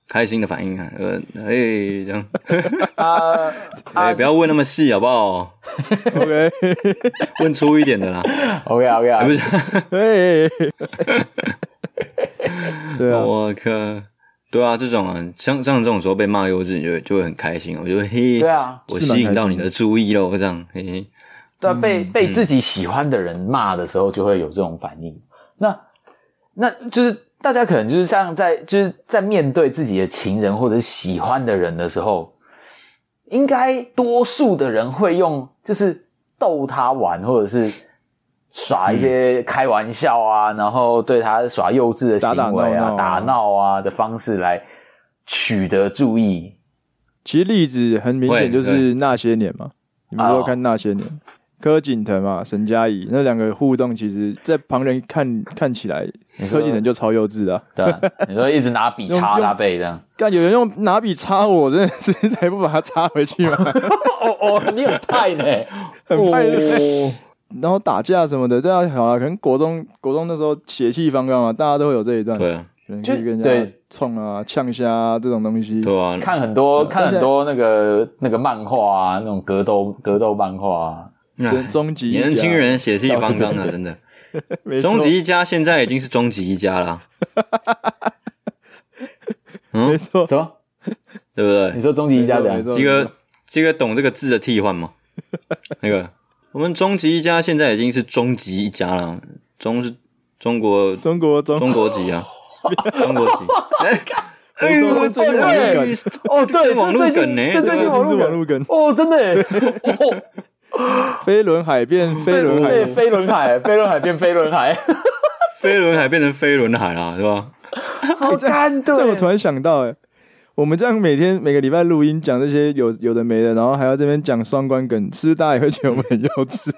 S1: 开心的反应啊，呃，哎、欸，这样，
S3: 啊，
S1: 哎、欸，不要问那么细好不好
S2: ？OK，
S1: 问粗一点的啦。
S3: OK OK 啊，
S1: 不是，
S2: 哎，对啊，
S1: 我靠，对啊，这种啊，像像这种时候被骂幼稚，就会就会很开心，我就会嘿，
S3: 对啊，
S1: 我吸引到你的注意咯，这样，嘿嘿，
S3: 对啊，被被自己喜欢的人骂的时候，就会有这种反应。那那就是大家可能就是像在就是在面对自己的情人或者喜欢的人的时候，应该多数的人会用就是逗他玩，或者是耍一些开玩笑啊，嗯、然后对他耍幼稚的行为啊、打闹啊的方式来取得注意。
S2: 其实例子很明显就是那些年嘛，你们如果看那些年。柯景腾嘛，沈佳宜那两个互动，其实在旁人看看起来，柯景腾就超幼稚啊。
S3: 对啊，你说一直拿笔插他背这样，
S2: 干有人用拿笔插我，真的是才不把它插回去吗？
S3: 哦哦，你很派呢，
S2: 很派的。哦、然后打架什么的，对啊，好啊，可能国中国中那时候血气方刚嘛，大家都会有这一段。
S1: 对啊，
S2: 就跟人家冲啊、呛虾啊这种东西。
S1: 对啊，
S3: 看很多看很多那个那个漫画啊，那种格斗格斗漫画啊。
S2: 终极一家
S1: 年轻人血气方刚啊，真的。终极一家现在已经是终极一家了。
S2: 嗯，没错，
S3: 什么？
S1: 对不对？
S3: 你说终极一家怎样？
S1: 这个这个懂这个字的替换吗？那个，我们终极一家现在已经是终极一家了。中是中国
S2: 中国中
S1: 中国籍啊，中国籍。哎。
S2: 哎呦，这最近网络梗
S3: 哦，对，
S1: 网络梗呢，
S3: 这最近网络梗哦，真的哦。
S2: 飞轮海变飞轮海，
S3: 飞轮海，飞轮海变飞轮海，
S1: 飞轮海变成飞轮海啦，是吧？
S3: 好看，对。
S2: 这我突然想到，哎，我们这样每天每个礼拜录音讲这些有有的没的，然后还要这边讲双关梗，是不是大家也会觉得我们很幼稚？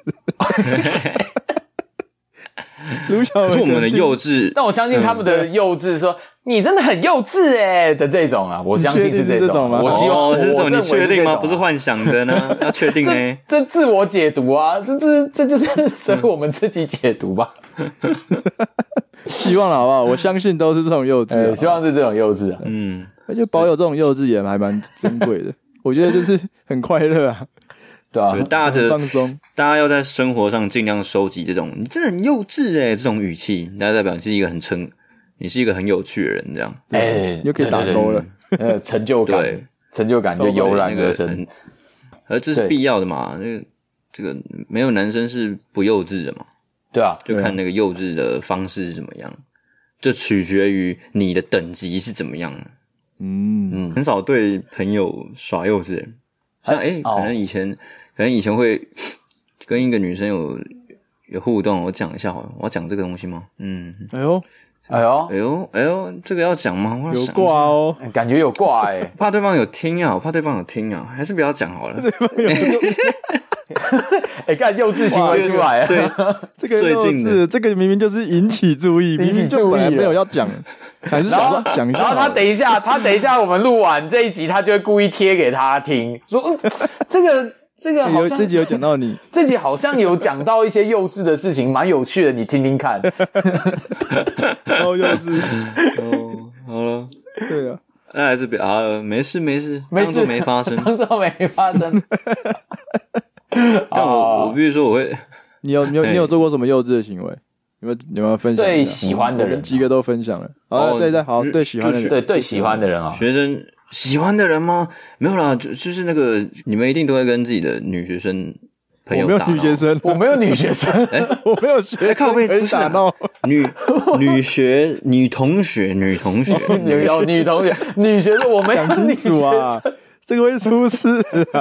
S2: 卢小文，
S1: 可是我们的幼稚，
S3: 但我相信他们的幼稚说。你真的很幼稚哎的这种啊，我相信是这种
S2: 吗？
S3: 我希望
S1: 这种你确定吗？不是幻想的呢，要确定呢。
S3: 这自我解读啊，这这这就是所以我们自己解读吧。
S2: 希望了好不好？我相信都是这种幼稚、啊
S3: 欸，希望是这种幼稚啊。
S1: 嗯，
S2: 而且保有这种幼稚也还蛮珍贵的。我觉得就是很快乐啊，
S3: 对啊，
S1: 大家的
S2: 放松，
S1: 大家要在生活上尽量收集这种“你真的很幼稚哎”这种语气，大家代表你是一个很成。你是一个很有趣的人，这样，
S3: 哎、欸，
S2: 又可以打勾了，
S3: 呃，成就感，
S1: 对，
S3: 成就感就油然而生，
S1: 而这是必要的嘛？那个这个没有男生是不幼稚的嘛？
S3: 对啊，
S1: 就看那个幼稚的方式是怎么样，就取决于你的等级是怎么样。
S2: 嗯
S1: 嗯，很少对朋友耍幼稚，像哎、欸，可能以前、哦、可能以前会跟一个女生有有互动，我讲一下好了，我要讲这个东西吗？嗯，
S2: 哎呦。
S3: 哎呦，
S1: 哎呦，哎呦，这个要讲吗？
S2: 有挂哦，
S3: 感觉有挂哎、欸，
S1: 怕对方有听啊，我怕对方有听啊，还是不要讲好了。
S2: 对方有听，
S3: 哎，看幼稚行为出来
S2: 啊，这个幼稚，这个明明就是引起注意，
S3: 引起注意，
S2: 没有要讲，还是想说讲一下。
S3: 然后他等一下，他等一下，我们录完这一集，他就会故意贴给他听，说、嗯、这个。这个好像
S2: 这集有讲到你，
S3: 这集好像有讲到一些幼稚的事情，蛮有趣的，你听听看。
S2: 超幼稚
S1: 哦，好了，
S2: 对啊，
S1: 那还是别啊，没事没事，
S3: 没事，
S1: 当作没发生，
S3: 当作没发生。
S1: 但我我必须说，我会，
S2: 你有你有你有做过什么幼稚的行为？有没有有没有分享？
S3: 对喜欢的人，
S2: 几个都分享了。哦，对对，好，对喜欢的人，
S3: 对对喜欢的人啊，
S1: 学生。喜欢的人吗？没有啦，就就是那个你们一定都会跟自己的女学生朋友打闹。
S2: 我没有女学生，
S3: 我没有女学生，
S1: 哎、欸，
S2: 我没有学生可以打闹。
S1: 女女学女同学女同学
S3: 女有女同学女学生，我没有
S2: 讲清楚啊，这个会出事啊。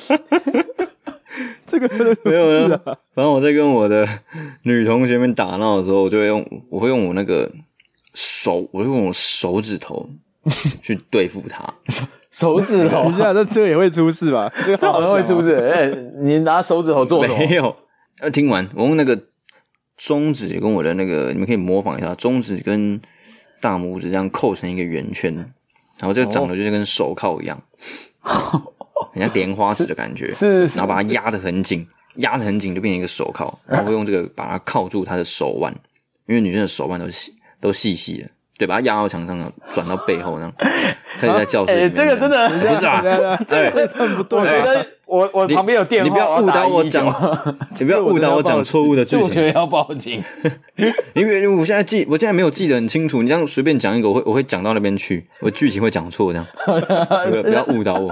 S2: 这个会出事啊。
S1: 反正我在跟我的女同学们打闹的时候，我就会用我会用我那个手，我会用我手指头。去对付他，
S3: 手指头，
S2: 你现在这个也会出事吧？这个
S3: 好像会出事。哎、欸，你拿手指头做什么？
S1: 没有。呃，听完，我用那个中指跟我的那个，你们可以模仿一下，中指跟大拇指这样扣成一个圆圈，然后这个长得就是跟手铐一样，很像莲花指的感觉。
S3: 是，是
S1: 然后把它压得很紧，压得很紧就变成一个手铐，然后会用这个把它铐住她的手腕，因为女生的手腕都细都细细的。 对，把他压到墙上，然后转到背后，那样开始在教室里面、
S3: 欸。这个真的
S1: 不是啊，
S2: 这个很不对。
S3: 我觉得我我旁边有电话，
S1: 你不要误导我讲，你不要误导我讲错误的剧情。
S3: 我觉得要报警，
S1: 因为我现在记，我现在没有记得很清楚。你这样随便讲一个，我会我会讲到那边去，我剧情会讲错，这样不要误导我。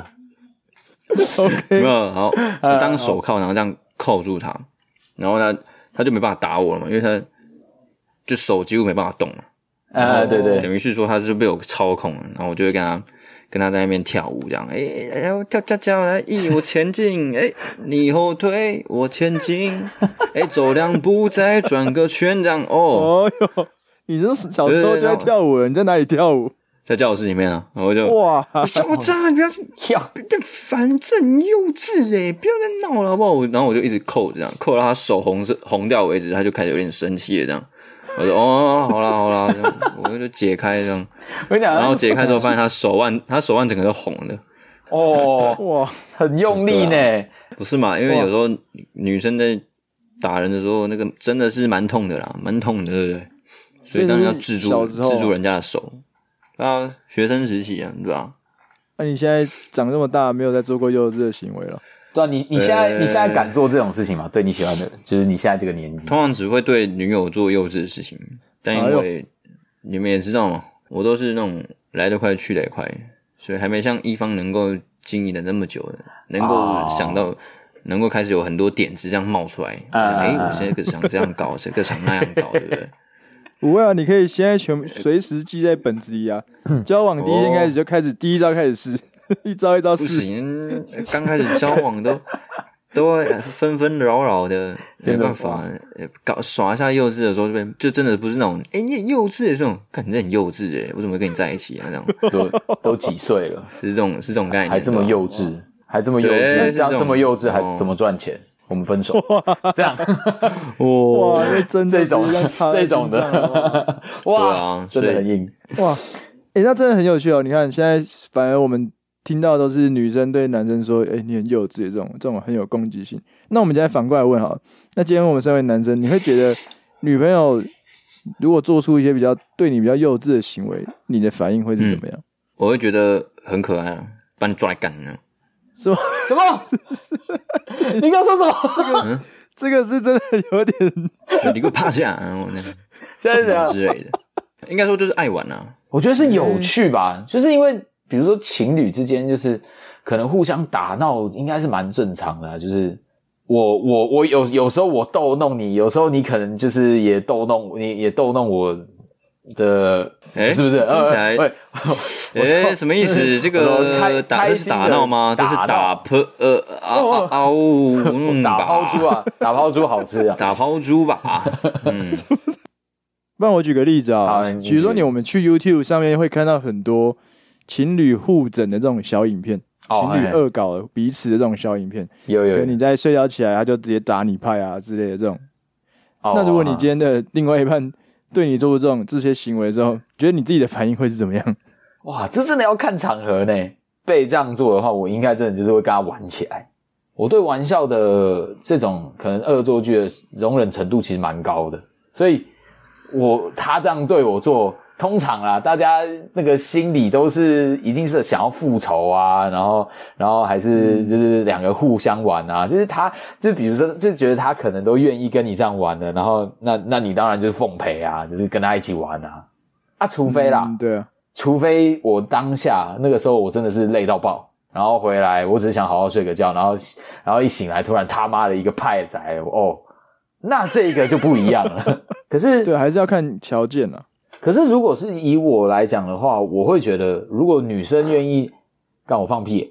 S2: OK，
S1: 没有好，我当手铐，然后这样扣住他，然后他他就没办法打我了嘛，因为他就手几乎没办法动了。
S3: 啊，对对，
S1: 等于是说他是被我操控了，然后我就会跟他跟他在那边跳舞，这样，哎、欸，然后跳跳跳，来，一我前进，哎、欸，你后退，我前进，哎、欸，走两步再转个圈，这样，哦，
S2: 哦哟，你这小时候就在跳舞了，你在哪里跳舞？
S1: 在教室里面啊，然后我就
S2: 哇，
S1: 我操，你不要跳，反正很幼稚哎，不要再闹了好不好？然后我就一直扣，这样扣到他手红色红掉为止，他就开始有点生气了，这样。我说哦，好啦好啦，我就解开这样，然后解开之后发现他手腕，他手腕整个都红了。
S3: 哦，哇，很用力呢、啊。
S1: 不是嘛？因为有时候女生在打人的时候，那个真的是蛮痛的啦，蛮痛的，对不对？所以当然要制住制住人家的手。啊，学生时期啊，对吧？
S2: 那、啊、你现在长这么大，没有再做过幼稚的行为了？
S3: 对啊，你你现在、欸、你现在敢做这种事情吗？对你喜欢的，就是你现在这个年纪，
S1: 通常只会对女友做幼稚的事情。但因为、哎、你们也知道嘛，我都是那种来得快去得也快，所以还没像一方能够经营的那么久的，能够想到、哦、能够开始有很多点子这样冒出来。哎、啊欸，我现在个想这样搞，这个想那样搞，对不对？
S2: 不会啊，你可以现在全随时记在本子里啊。交往第一天开始就开始，哦、第一招开始试，一招一招试。
S1: 不行，刚开始交往都都会纷纷扰扰的，没办法，搞耍一下幼稚的时候，就就真的不是那种，哎、欸，你很幼稚的这种，看你很幼稚哎，我怎么会跟你在一起啊？这样
S3: 都都几岁了，
S1: 是这种是这种概念，
S3: 还这么幼稚，还这么幼稚，这样这么幼稚还怎么赚钱？哦我们分手，这样
S2: 哇，那真的
S3: 这种这种的，哇，
S1: 啊、
S3: 真的很硬
S2: 哇！哎、欸，那真的很有趣哦。你看，现在反而我们听到都是女生对男生说：“哎、欸，你很幼稚。”这种这种很有攻击性。那我们现在反过来问好了，那今天我们身为男生，你会觉得女朋友如果做出一些比较对你比较幼稚的行为，你的反应会是怎么样？嗯、
S1: 我会觉得很可爱啊，把你抓来干呢。
S2: 什么
S3: 什么？你刚说什么？
S2: 这个、嗯、这个是真的有点，
S1: 你给我趴下，然后那个
S3: 现在怎样
S1: 之类的，应该说就是爱玩啊。
S3: 我觉得是有趣吧，就是因为比如说情侣之间，就是可能互相打闹，应该是蛮正常的、啊。就是我我我有有时候我逗弄你，有时候你可能就是也逗弄你，也逗弄我。的，欸、是不是？
S1: 听起来，哎、欸，什么意思？这个打这是打闹吗？这是打抛呃啊啊啊呜，
S3: 打抛猪啊，打抛猪好吃啊，
S1: 打抛猪吧。嗯，
S2: 不然我举个例子啊，比如说你我们去 YouTube 上面会看到很多情侣互整的这种小影片，哦、情侣恶搞彼此的这种小影片，
S3: 有有，
S2: 你在睡觉起来他就直接打你派啊之类的这种。哦、那如果你今天的另外一半对你做出这种这些行为之后，觉得你自己的反应会是怎么样？
S3: 哇，这真的要看场合呢。被这样做的话，我应该真的就是会跟他玩起来。我对玩笑的这种可能恶作剧的容忍程度其实蛮高的，所以我他这样对我做，通常啦，大家那个心里都是一定是想要复仇啊，然后然后还是就是两个互相玩啊，就是他就比如说就觉得他可能都愿意跟你这样玩的，然后那那你当然就是奉陪啊，就是跟他一起玩啊啊，除非啦、
S2: 嗯、对啊，
S3: 除非我当下那个时候我真的是累到爆，然后回来我只是想好好睡个觉，然后然后一醒来突然他妈的一个派仔哦，那这个就不一样了。可是
S2: 对，还是要看条件啊。
S3: 可是如果是以我来讲的话，我会觉得如果女生愿意干我放屁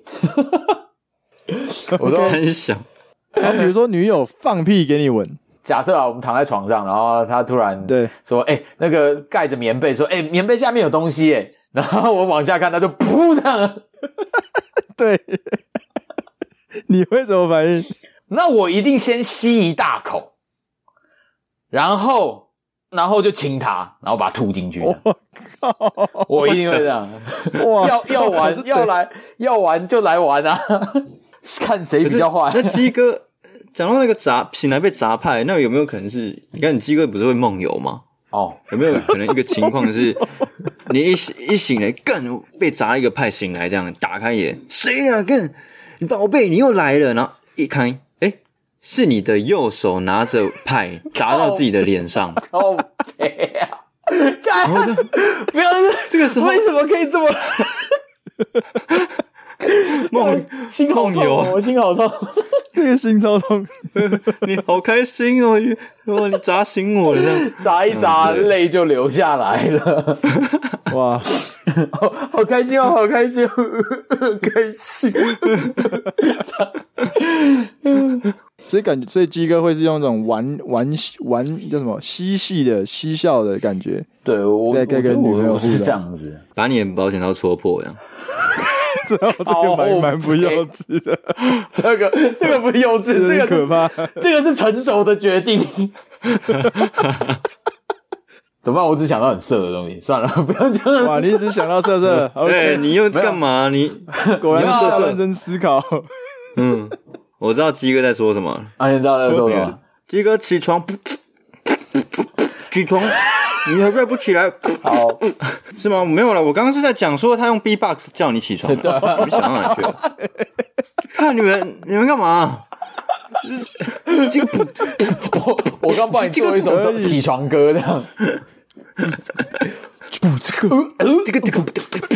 S1: 我都很想
S2: 然后比如说女友放屁给你闻，
S3: 假设啊我们躺在床上，然后她突然对说诶、欸、那个盖着棉被说诶、欸、棉被下面有东西诶，然后我往下看她就噗这样
S2: 对你会怎么反应？
S3: 那我一定先吸一大口，然后然后就亲他，然后把它吐进去。我靠！我一定会这样。哇！要要玩要来要玩就来玩啊！看谁比较坏。
S1: 那鸡哥讲到那个炸醒来被炸派，那有没有可能是？你看你鸡哥不是会梦游吗？
S3: 哦，
S1: 有没有可能一个情况是，你一一醒来，干被砸一个派醒来，这样打开眼，谁啊？干，宝贝，你又来了。然后一开，哎，是你的右手拿着派砸到自己的脸上。
S3: 哦，别啊！干，不要
S1: 这个时候
S3: 为什么可以这么？
S1: 梦
S3: 心好痛、哦，我心好痛，
S2: 那个心超痛。
S1: 你好开心哦！哇，你砸醒我了，这样
S3: 砸一砸，泪就流下来了。
S2: 哇，
S3: 好, 好开心哦，好开心、哦，开心。
S2: 所以感觉，所以鸡哥会是用这种玩玩玩叫什么嬉戏的嬉笑的感觉。
S3: 对，我
S2: 在跟跟女朋友
S3: 是这样子，
S1: 把你的保险套戳破这样。
S2: 这这个蛮蛮不幼稚的，
S3: 这个这个不幼稚，这个
S2: 可怕，
S3: 这个是成熟的决定。怎么办？我只想到很色的东西，算了，不要这样。
S2: 哇，你一直想到色色，
S1: 对，你又干嘛？你
S2: 果然是认真思考。
S1: 嗯，我知道鸡哥在说什么。
S3: 啊，你知道在说什么？
S1: 鸡哥起床，起床。你还不起来？
S3: 好，
S1: 是吗？没有了，我刚刚是在讲说他用 B-box 叫你起床，你们想到哪去了？看你们，你们干嘛？这个
S3: 我我刚帮你做一首起床歌，这样。
S1: 这个这个这个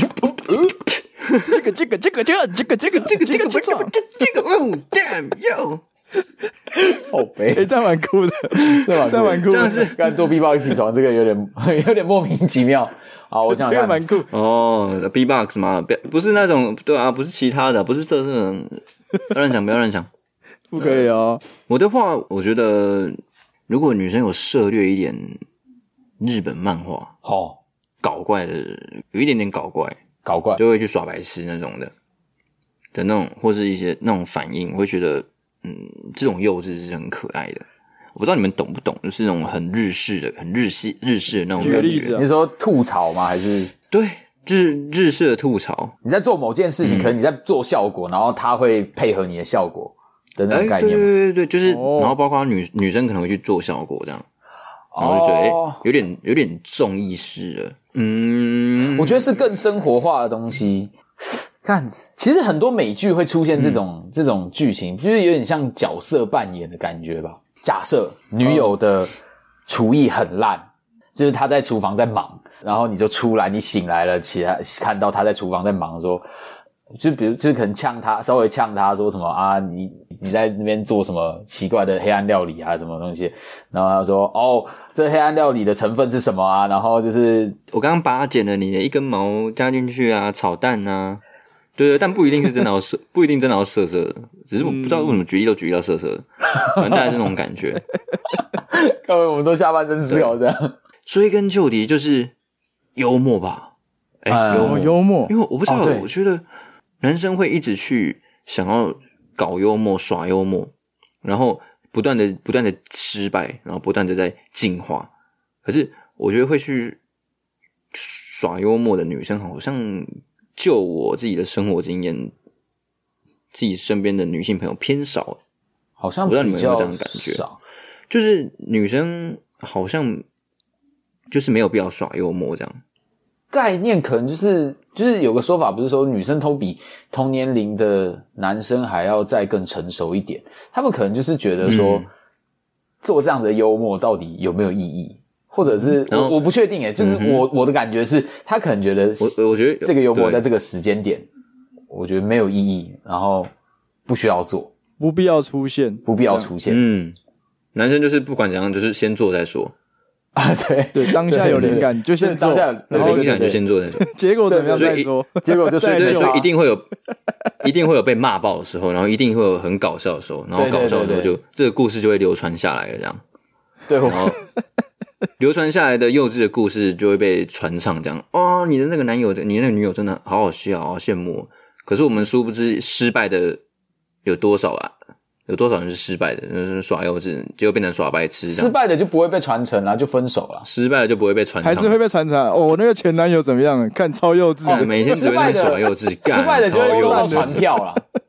S2: 这个这个这个这个这个这个这个这个这个
S1: 这个哦 ，damn yo。
S3: 好悲，
S2: 哎，这样蛮酷的，
S3: 这样
S2: 蛮酷的。
S3: 这样是刚做 B-box 起床，这个有点有点莫名其妙。好，我想想看，
S2: 这个蛮酷
S1: 哦 ，B-box 嘛，不是那种，对啊，不是其他的，不是这种，不要乱想，不要乱想，
S2: 不可以哦。
S1: 我的话，我觉得如果女生有涉略一点日本漫画，
S3: 哦，
S1: 搞怪的，有一点点搞怪，
S3: 搞怪
S1: 就会去耍白痴那种的的那种，或是一些那种反应，我会觉得。嗯，这种幼稚是很可爱的。我不知道你们懂不懂，就是那种很日式的、很日系、日式的那种感觉。
S2: 举个例子啊，
S3: 你说吐槽吗？还是
S1: 对日日式的吐槽？
S3: 你在做某件事情，嗯、可能你在做效果，然后他会配合你的效果的那种概念吗？
S1: 欸、对对对对，就是、
S2: 哦、
S1: 然后包括女女生可能会去做效果这样，然后就觉得、欸
S3: 哦、
S1: 有点有点重意识了。嗯，
S3: 我觉得是更生活化的东西。看，其实很多美剧会出现这种、嗯、这种剧情，就是有点像角色扮演的感觉吧。假设女友的厨艺很烂，哦、就是她在厨房在忙，然后你就出来，你醒来了，起来看到她在厨房在忙的时候，就比如就是可能呛她，稍微呛她说什么啊，你你在那边做什么奇怪的黑暗料理啊，什么东西？然后她说哦，这黑暗料理的成分是什么啊？然后就是
S1: 我刚刚拔剪了你的一根毛加进去啊，炒蛋啊。对对，但不一定是真的要色，不一定真的要色色的，只是我不知道为什么举例都举例到色色的，反正大概是那种感觉。
S3: 各位，我们都下半身思考这样。
S1: 追根究底就是幽默吧，哎、欸，幽默、
S2: 嗯、幽默，
S1: 因为我不知道、
S3: 哦，
S1: 我觉得男生会一直去想要搞幽默、耍幽默，然后不断的、不断的失败，然后不断的在进化。可是我觉得会去耍幽默的女生，好像。就我自己的生活经验，自己身边的女性朋友偏少，
S3: 好像
S1: 我不知道你们有没有这样的感觉，就是女生好像就是没有必要耍幽默这样。
S3: 概念可能就是就是有个说法，不是说女生都比同年龄的男生还要再更成熟一点，他们可能就是觉得说、嗯、做这样的幽默到底有没有意义？或者是我我不确定诶，就是我、嗯、我的感觉是，他可能觉得
S1: 我我觉得
S3: 这个幽默在这个时间点，我觉得没有意义，然后不需要做，
S2: 不必要出现，
S3: 不必要出现。
S1: 嗯，男生就是不管怎样，就是先做再说
S3: 啊。对
S2: 对，当下有灵感就先做，
S3: 当下
S1: 有灵感就先做再说，
S2: 结果怎么样再说，
S3: 结果就
S1: 对对，所以一定会有，一定会有被骂爆的时候，然后一定会有很搞笑的时候，然后搞笑的时候就这个故事就会流传下来了，这样。
S3: 对，
S1: 然后。流传下来的幼稚的故事就会被传唱，这样哦，你的那个男友，你的那个女友真的好好笑，好羡慕。可是我们殊不知失败的有多少啊？有多少人是失败的？就是耍幼稚，结果变成耍白痴。
S3: 失败的就不会被传承啦，就分手了。
S1: 失败的就不会被传承，
S2: 还是会被传承。哦，我那个前男友怎么样？看超幼稚，
S1: 哦、每天只会在那耍幼稚，
S3: 失败的就会收到传票啦。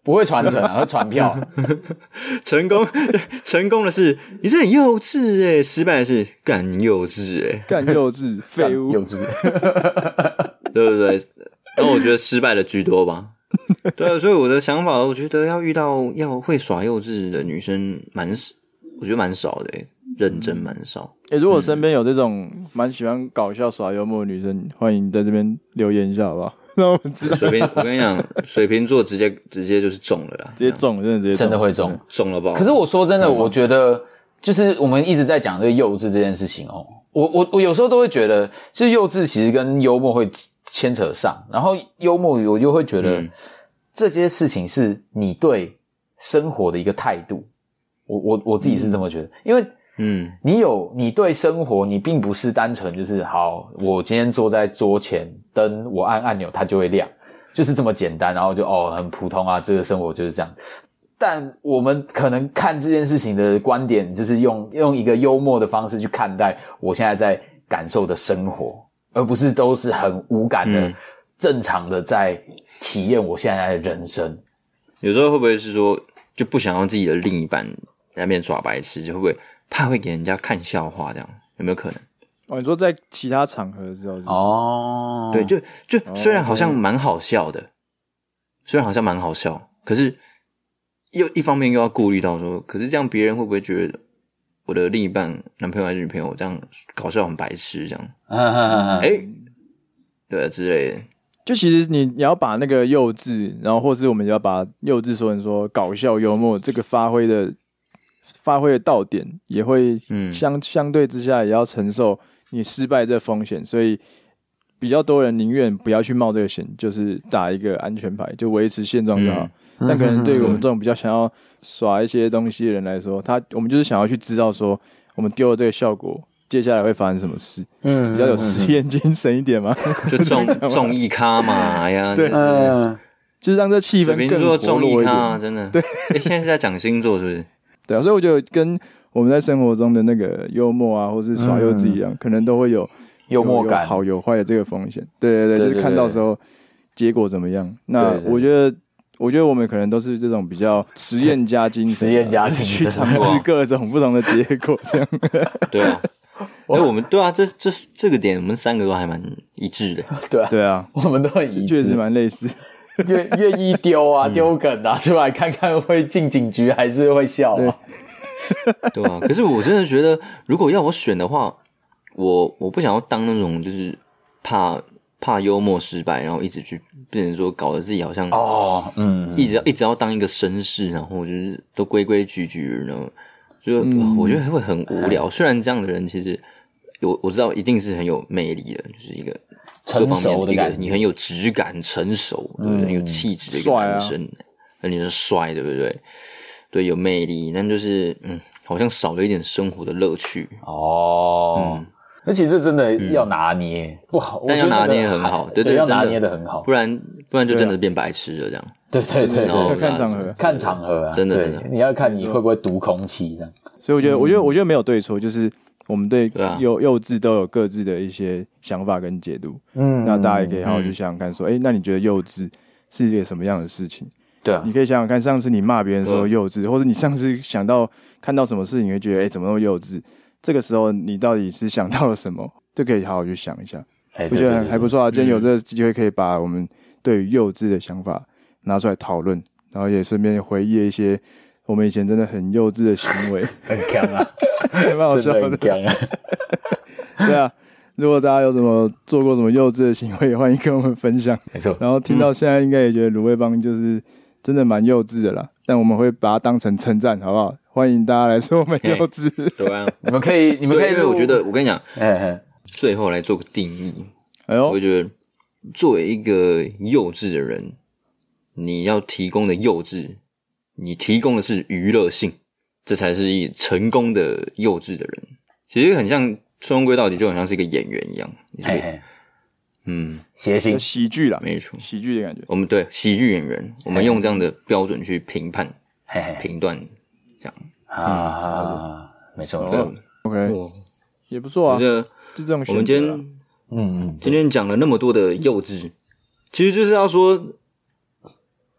S3: 不会传承啊，会传票。
S1: 成功成功的是你这很幼稚哎，失败的是干幼稚哎，
S2: 干幼稚废物
S3: 幼稚，
S1: 对不对？然后我觉得失败的居多吧。对啊，所以我的想法，我觉得要遇到要会耍幼稚的女生蛮，我觉得蛮少的欸，认真蛮少。
S2: 诶、欸，如果身边有这种蛮喜欢搞笑耍幽默的女生，欢迎在这边留言一下好不好？让我们知道。
S1: 水瓶，我跟你讲，水瓶座直接直接就是中了啦，
S2: 直接中，真的直接中
S3: 真的会中，
S1: 中了吧？
S3: 可是我说真的，我觉得就是我们一直在讲这个幼稚这件事情哦，我我我有时候都会觉得，就是幼稚其实跟幽默会牵扯上，然后幽默我就会觉得、嗯、这些事情是你对生活的一个态度，我我我自己是这么觉得，嗯、因为嗯，你有你对生活，你并不是单纯就是好，我今天坐在桌前，灯我按按钮它就会亮，就是这么简单，然后就哦很普通啊，这个生活就是这样。但我们可能看这件事情的观点，就是用用一个幽默的方式去看待我现在在感受的生活，而不是都是很无感的、嗯、正常的在体验我现在的人生。
S1: 有时候会不会是说，就不想让自己的另一半在那边耍白痴，就会不会怕会给人家看笑话，这样有没有可能？
S2: 哦，你说在其他场合的时候是
S1: 哦，对，就就虽然好像蛮好笑的，哦、虽然好像蛮好笑，可是又一方面又要顾虑到说，可是这样别人会不会觉得我的另一半、男朋友还是女朋友这样搞笑很白痴这样？哎、欸，对之类的。
S2: 就其实你你要把那个幼稚，然后或是我们要把幼稚说成说搞笑幽默这个发挥的发挥的到点，也会相、嗯、相对之下也要承受你失败这风险，所以比较多人宁愿不要去冒这个险，就是打一个安全牌，就维持现状就好。嗯、但可能对于我们这种比较想要耍一些东西的人来说，他我们就是想要去知道说我们丢了这个效果。接下来会发生什么事？嗯，比较有实验精神一点嘛，
S1: 就综综艺咖嘛，哎呀，
S2: 对，嗯，就是让这气氛更活
S1: 络一点。
S2: 啊，
S1: 真的，
S2: 对，
S1: 欸、现在是在讲星座是不是？
S2: 对啊，所以我觉得跟我们在生活中的那个幽默啊，或是耍幼稚一样，嗯、可能都会有
S3: 幽默感，
S2: 有好有坏的这个风险。对对 对, 对，就是看到时候结果怎么样。那我觉得。我觉得我们可能都是这种比较实验家精神，
S3: 实验家精神
S2: 去尝试各种不同的结果，这样。
S1: 对啊，哎、欸，我们对啊，这这这个点我们三个都还蛮一致的。
S3: 对啊，
S2: 对啊，
S3: 我们都很一致，
S2: 确实蛮类似。
S3: 愿愿意丢啊，丢梗啊，出来看看会进警局还是会笑啊？
S1: 对啊，可是我真的觉得，如果要我选的话，我我不想要当那种就是怕。怕幽默失败，然后一直去变成说搞得自己好像
S3: 哦，嗯，
S1: 一直要一直要当一个绅士，然后就是都规规矩矩，然后就、嗯、我觉得会很无聊。虽然这样的人其实有我知道一定是很有魅力的，就是一个
S3: 成熟的感觉，
S1: 你很有质感、成熟，对不对？很有气质的一个男生，而且是帅，对不对？对，有魅力，但就是嗯，好像少了一点生活的乐趣
S3: 哦。嗯，而且这真的要拿捏、嗯、不好，
S1: 但要拿捏很好，对 对, 对，
S3: 要拿捏的很好，
S1: 不然不然就真的变白痴了这样。
S3: 对对对对，
S2: 看场合，
S3: 看场合啊，
S1: 真的真的，
S3: 你要看你会不会读空气这样。
S2: 所以我觉得，我觉得，我觉得没有对错，就是我们对幼幼稚都有各自的一些想法跟解读。嗯，那大家也可以好好去想想看，说，哎、嗯欸，那你觉得幼稚是一个什么样的事情？
S3: 对啊，
S2: 你可以想想看，上次你骂别人说幼稚，或者你上次想到看到什么事情，你会觉得，哎、欸，怎么那么幼稚？这个时候你到底是想到了什么？就可以好好去想一下，欸、我觉得还不错啊。今天有这个机会，可以把我们对于幼稚的想法拿出来讨论，然后也顺便回忆一些我们以前真的很幼稚的行为，
S3: 很强啊，
S2: 蛮好笑的，
S3: 很强啊。
S2: 对啊，如果大家有什么做过什么幼稚的行为，也欢迎跟我们分享。
S3: 没错，
S2: 然后听到现在，应该也觉得卤味帮就是真的蛮幼稚的啦，但我们会把它当成称赞，好不好？欢迎大家来说我们幼稚。
S1: 对啊，
S3: 你们可以，你们可以，
S1: 因为我觉得，我跟你讲，
S3: 嘿嘿。
S1: 最后来做个定义，
S2: 哎呦，
S1: 我觉得作为一个幼稚的人，你要提供的幼稚，你提供的是娱乐性，这才是一成功的幼稚的人。其实很像终归到底就很像是一个演员一样，
S3: 嘿嘿，
S1: 嗯，
S3: 谐星
S2: 喜剧啦，
S1: 没错，
S2: 喜剧的感觉。
S1: 我们对喜剧演员，我们用这样的标准去评判、评断，这样
S3: 啊，没错，没错
S2: ，OK， 也不错啊。就这种
S1: 我们今天，嗯，今天讲了那么多的幼稚，其实就是要说，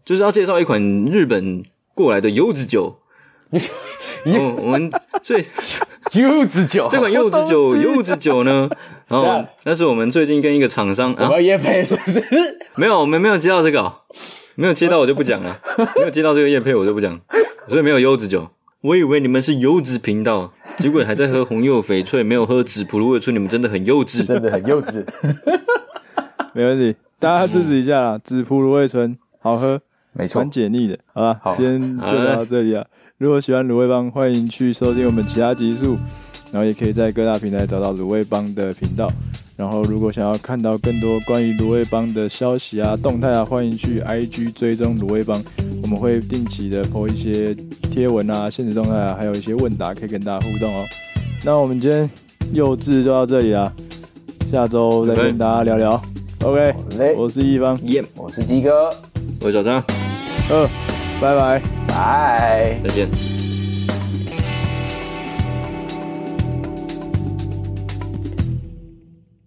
S1: 就是要介绍一款日本过来的柚子酒。哦、我们所以
S3: 柚子酒
S1: 这款柚子酒，柚子酒呢，然后那是我们最近跟一个厂商，
S3: 我们要业配是不是？
S1: 没有，我们没有接到这个、哦，没有接到我就不讲了，没有接到这个业配我就不讲，所以没有柚子酒。我以为你们是柚子频道，结果还在喝红柚翡翠，没有喝紫普芦味醇，你们真的很幼稚，
S3: 真的很幼稚。
S2: 没问题，大家支持一下啦，紫普芦味醇好喝，
S3: 没错，
S2: 蛮解腻的。好啦，
S3: 好
S2: 今天就聊到这里啊。如果喜欢卤味帮，欢迎去收听我们其他集数，然后也可以在各大平台找到卤味帮的频道。然后如果想要看到更多关于卤味帮的消息啊、动态啊，欢迎去 I G 追踪卤味帮，我们会定期的 po 一些贴文啊、限时动态啊，还有一些问答可以跟大家互动哦。那我们今天幼稚就到这里啦，下周再跟大家聊聊。OK， 我是一方，
S1: 耶，
S3: 我是鸡哥，
S1: 我是小张，
S2: 呃，拜拜，
S3: 拜，
S1: 再见。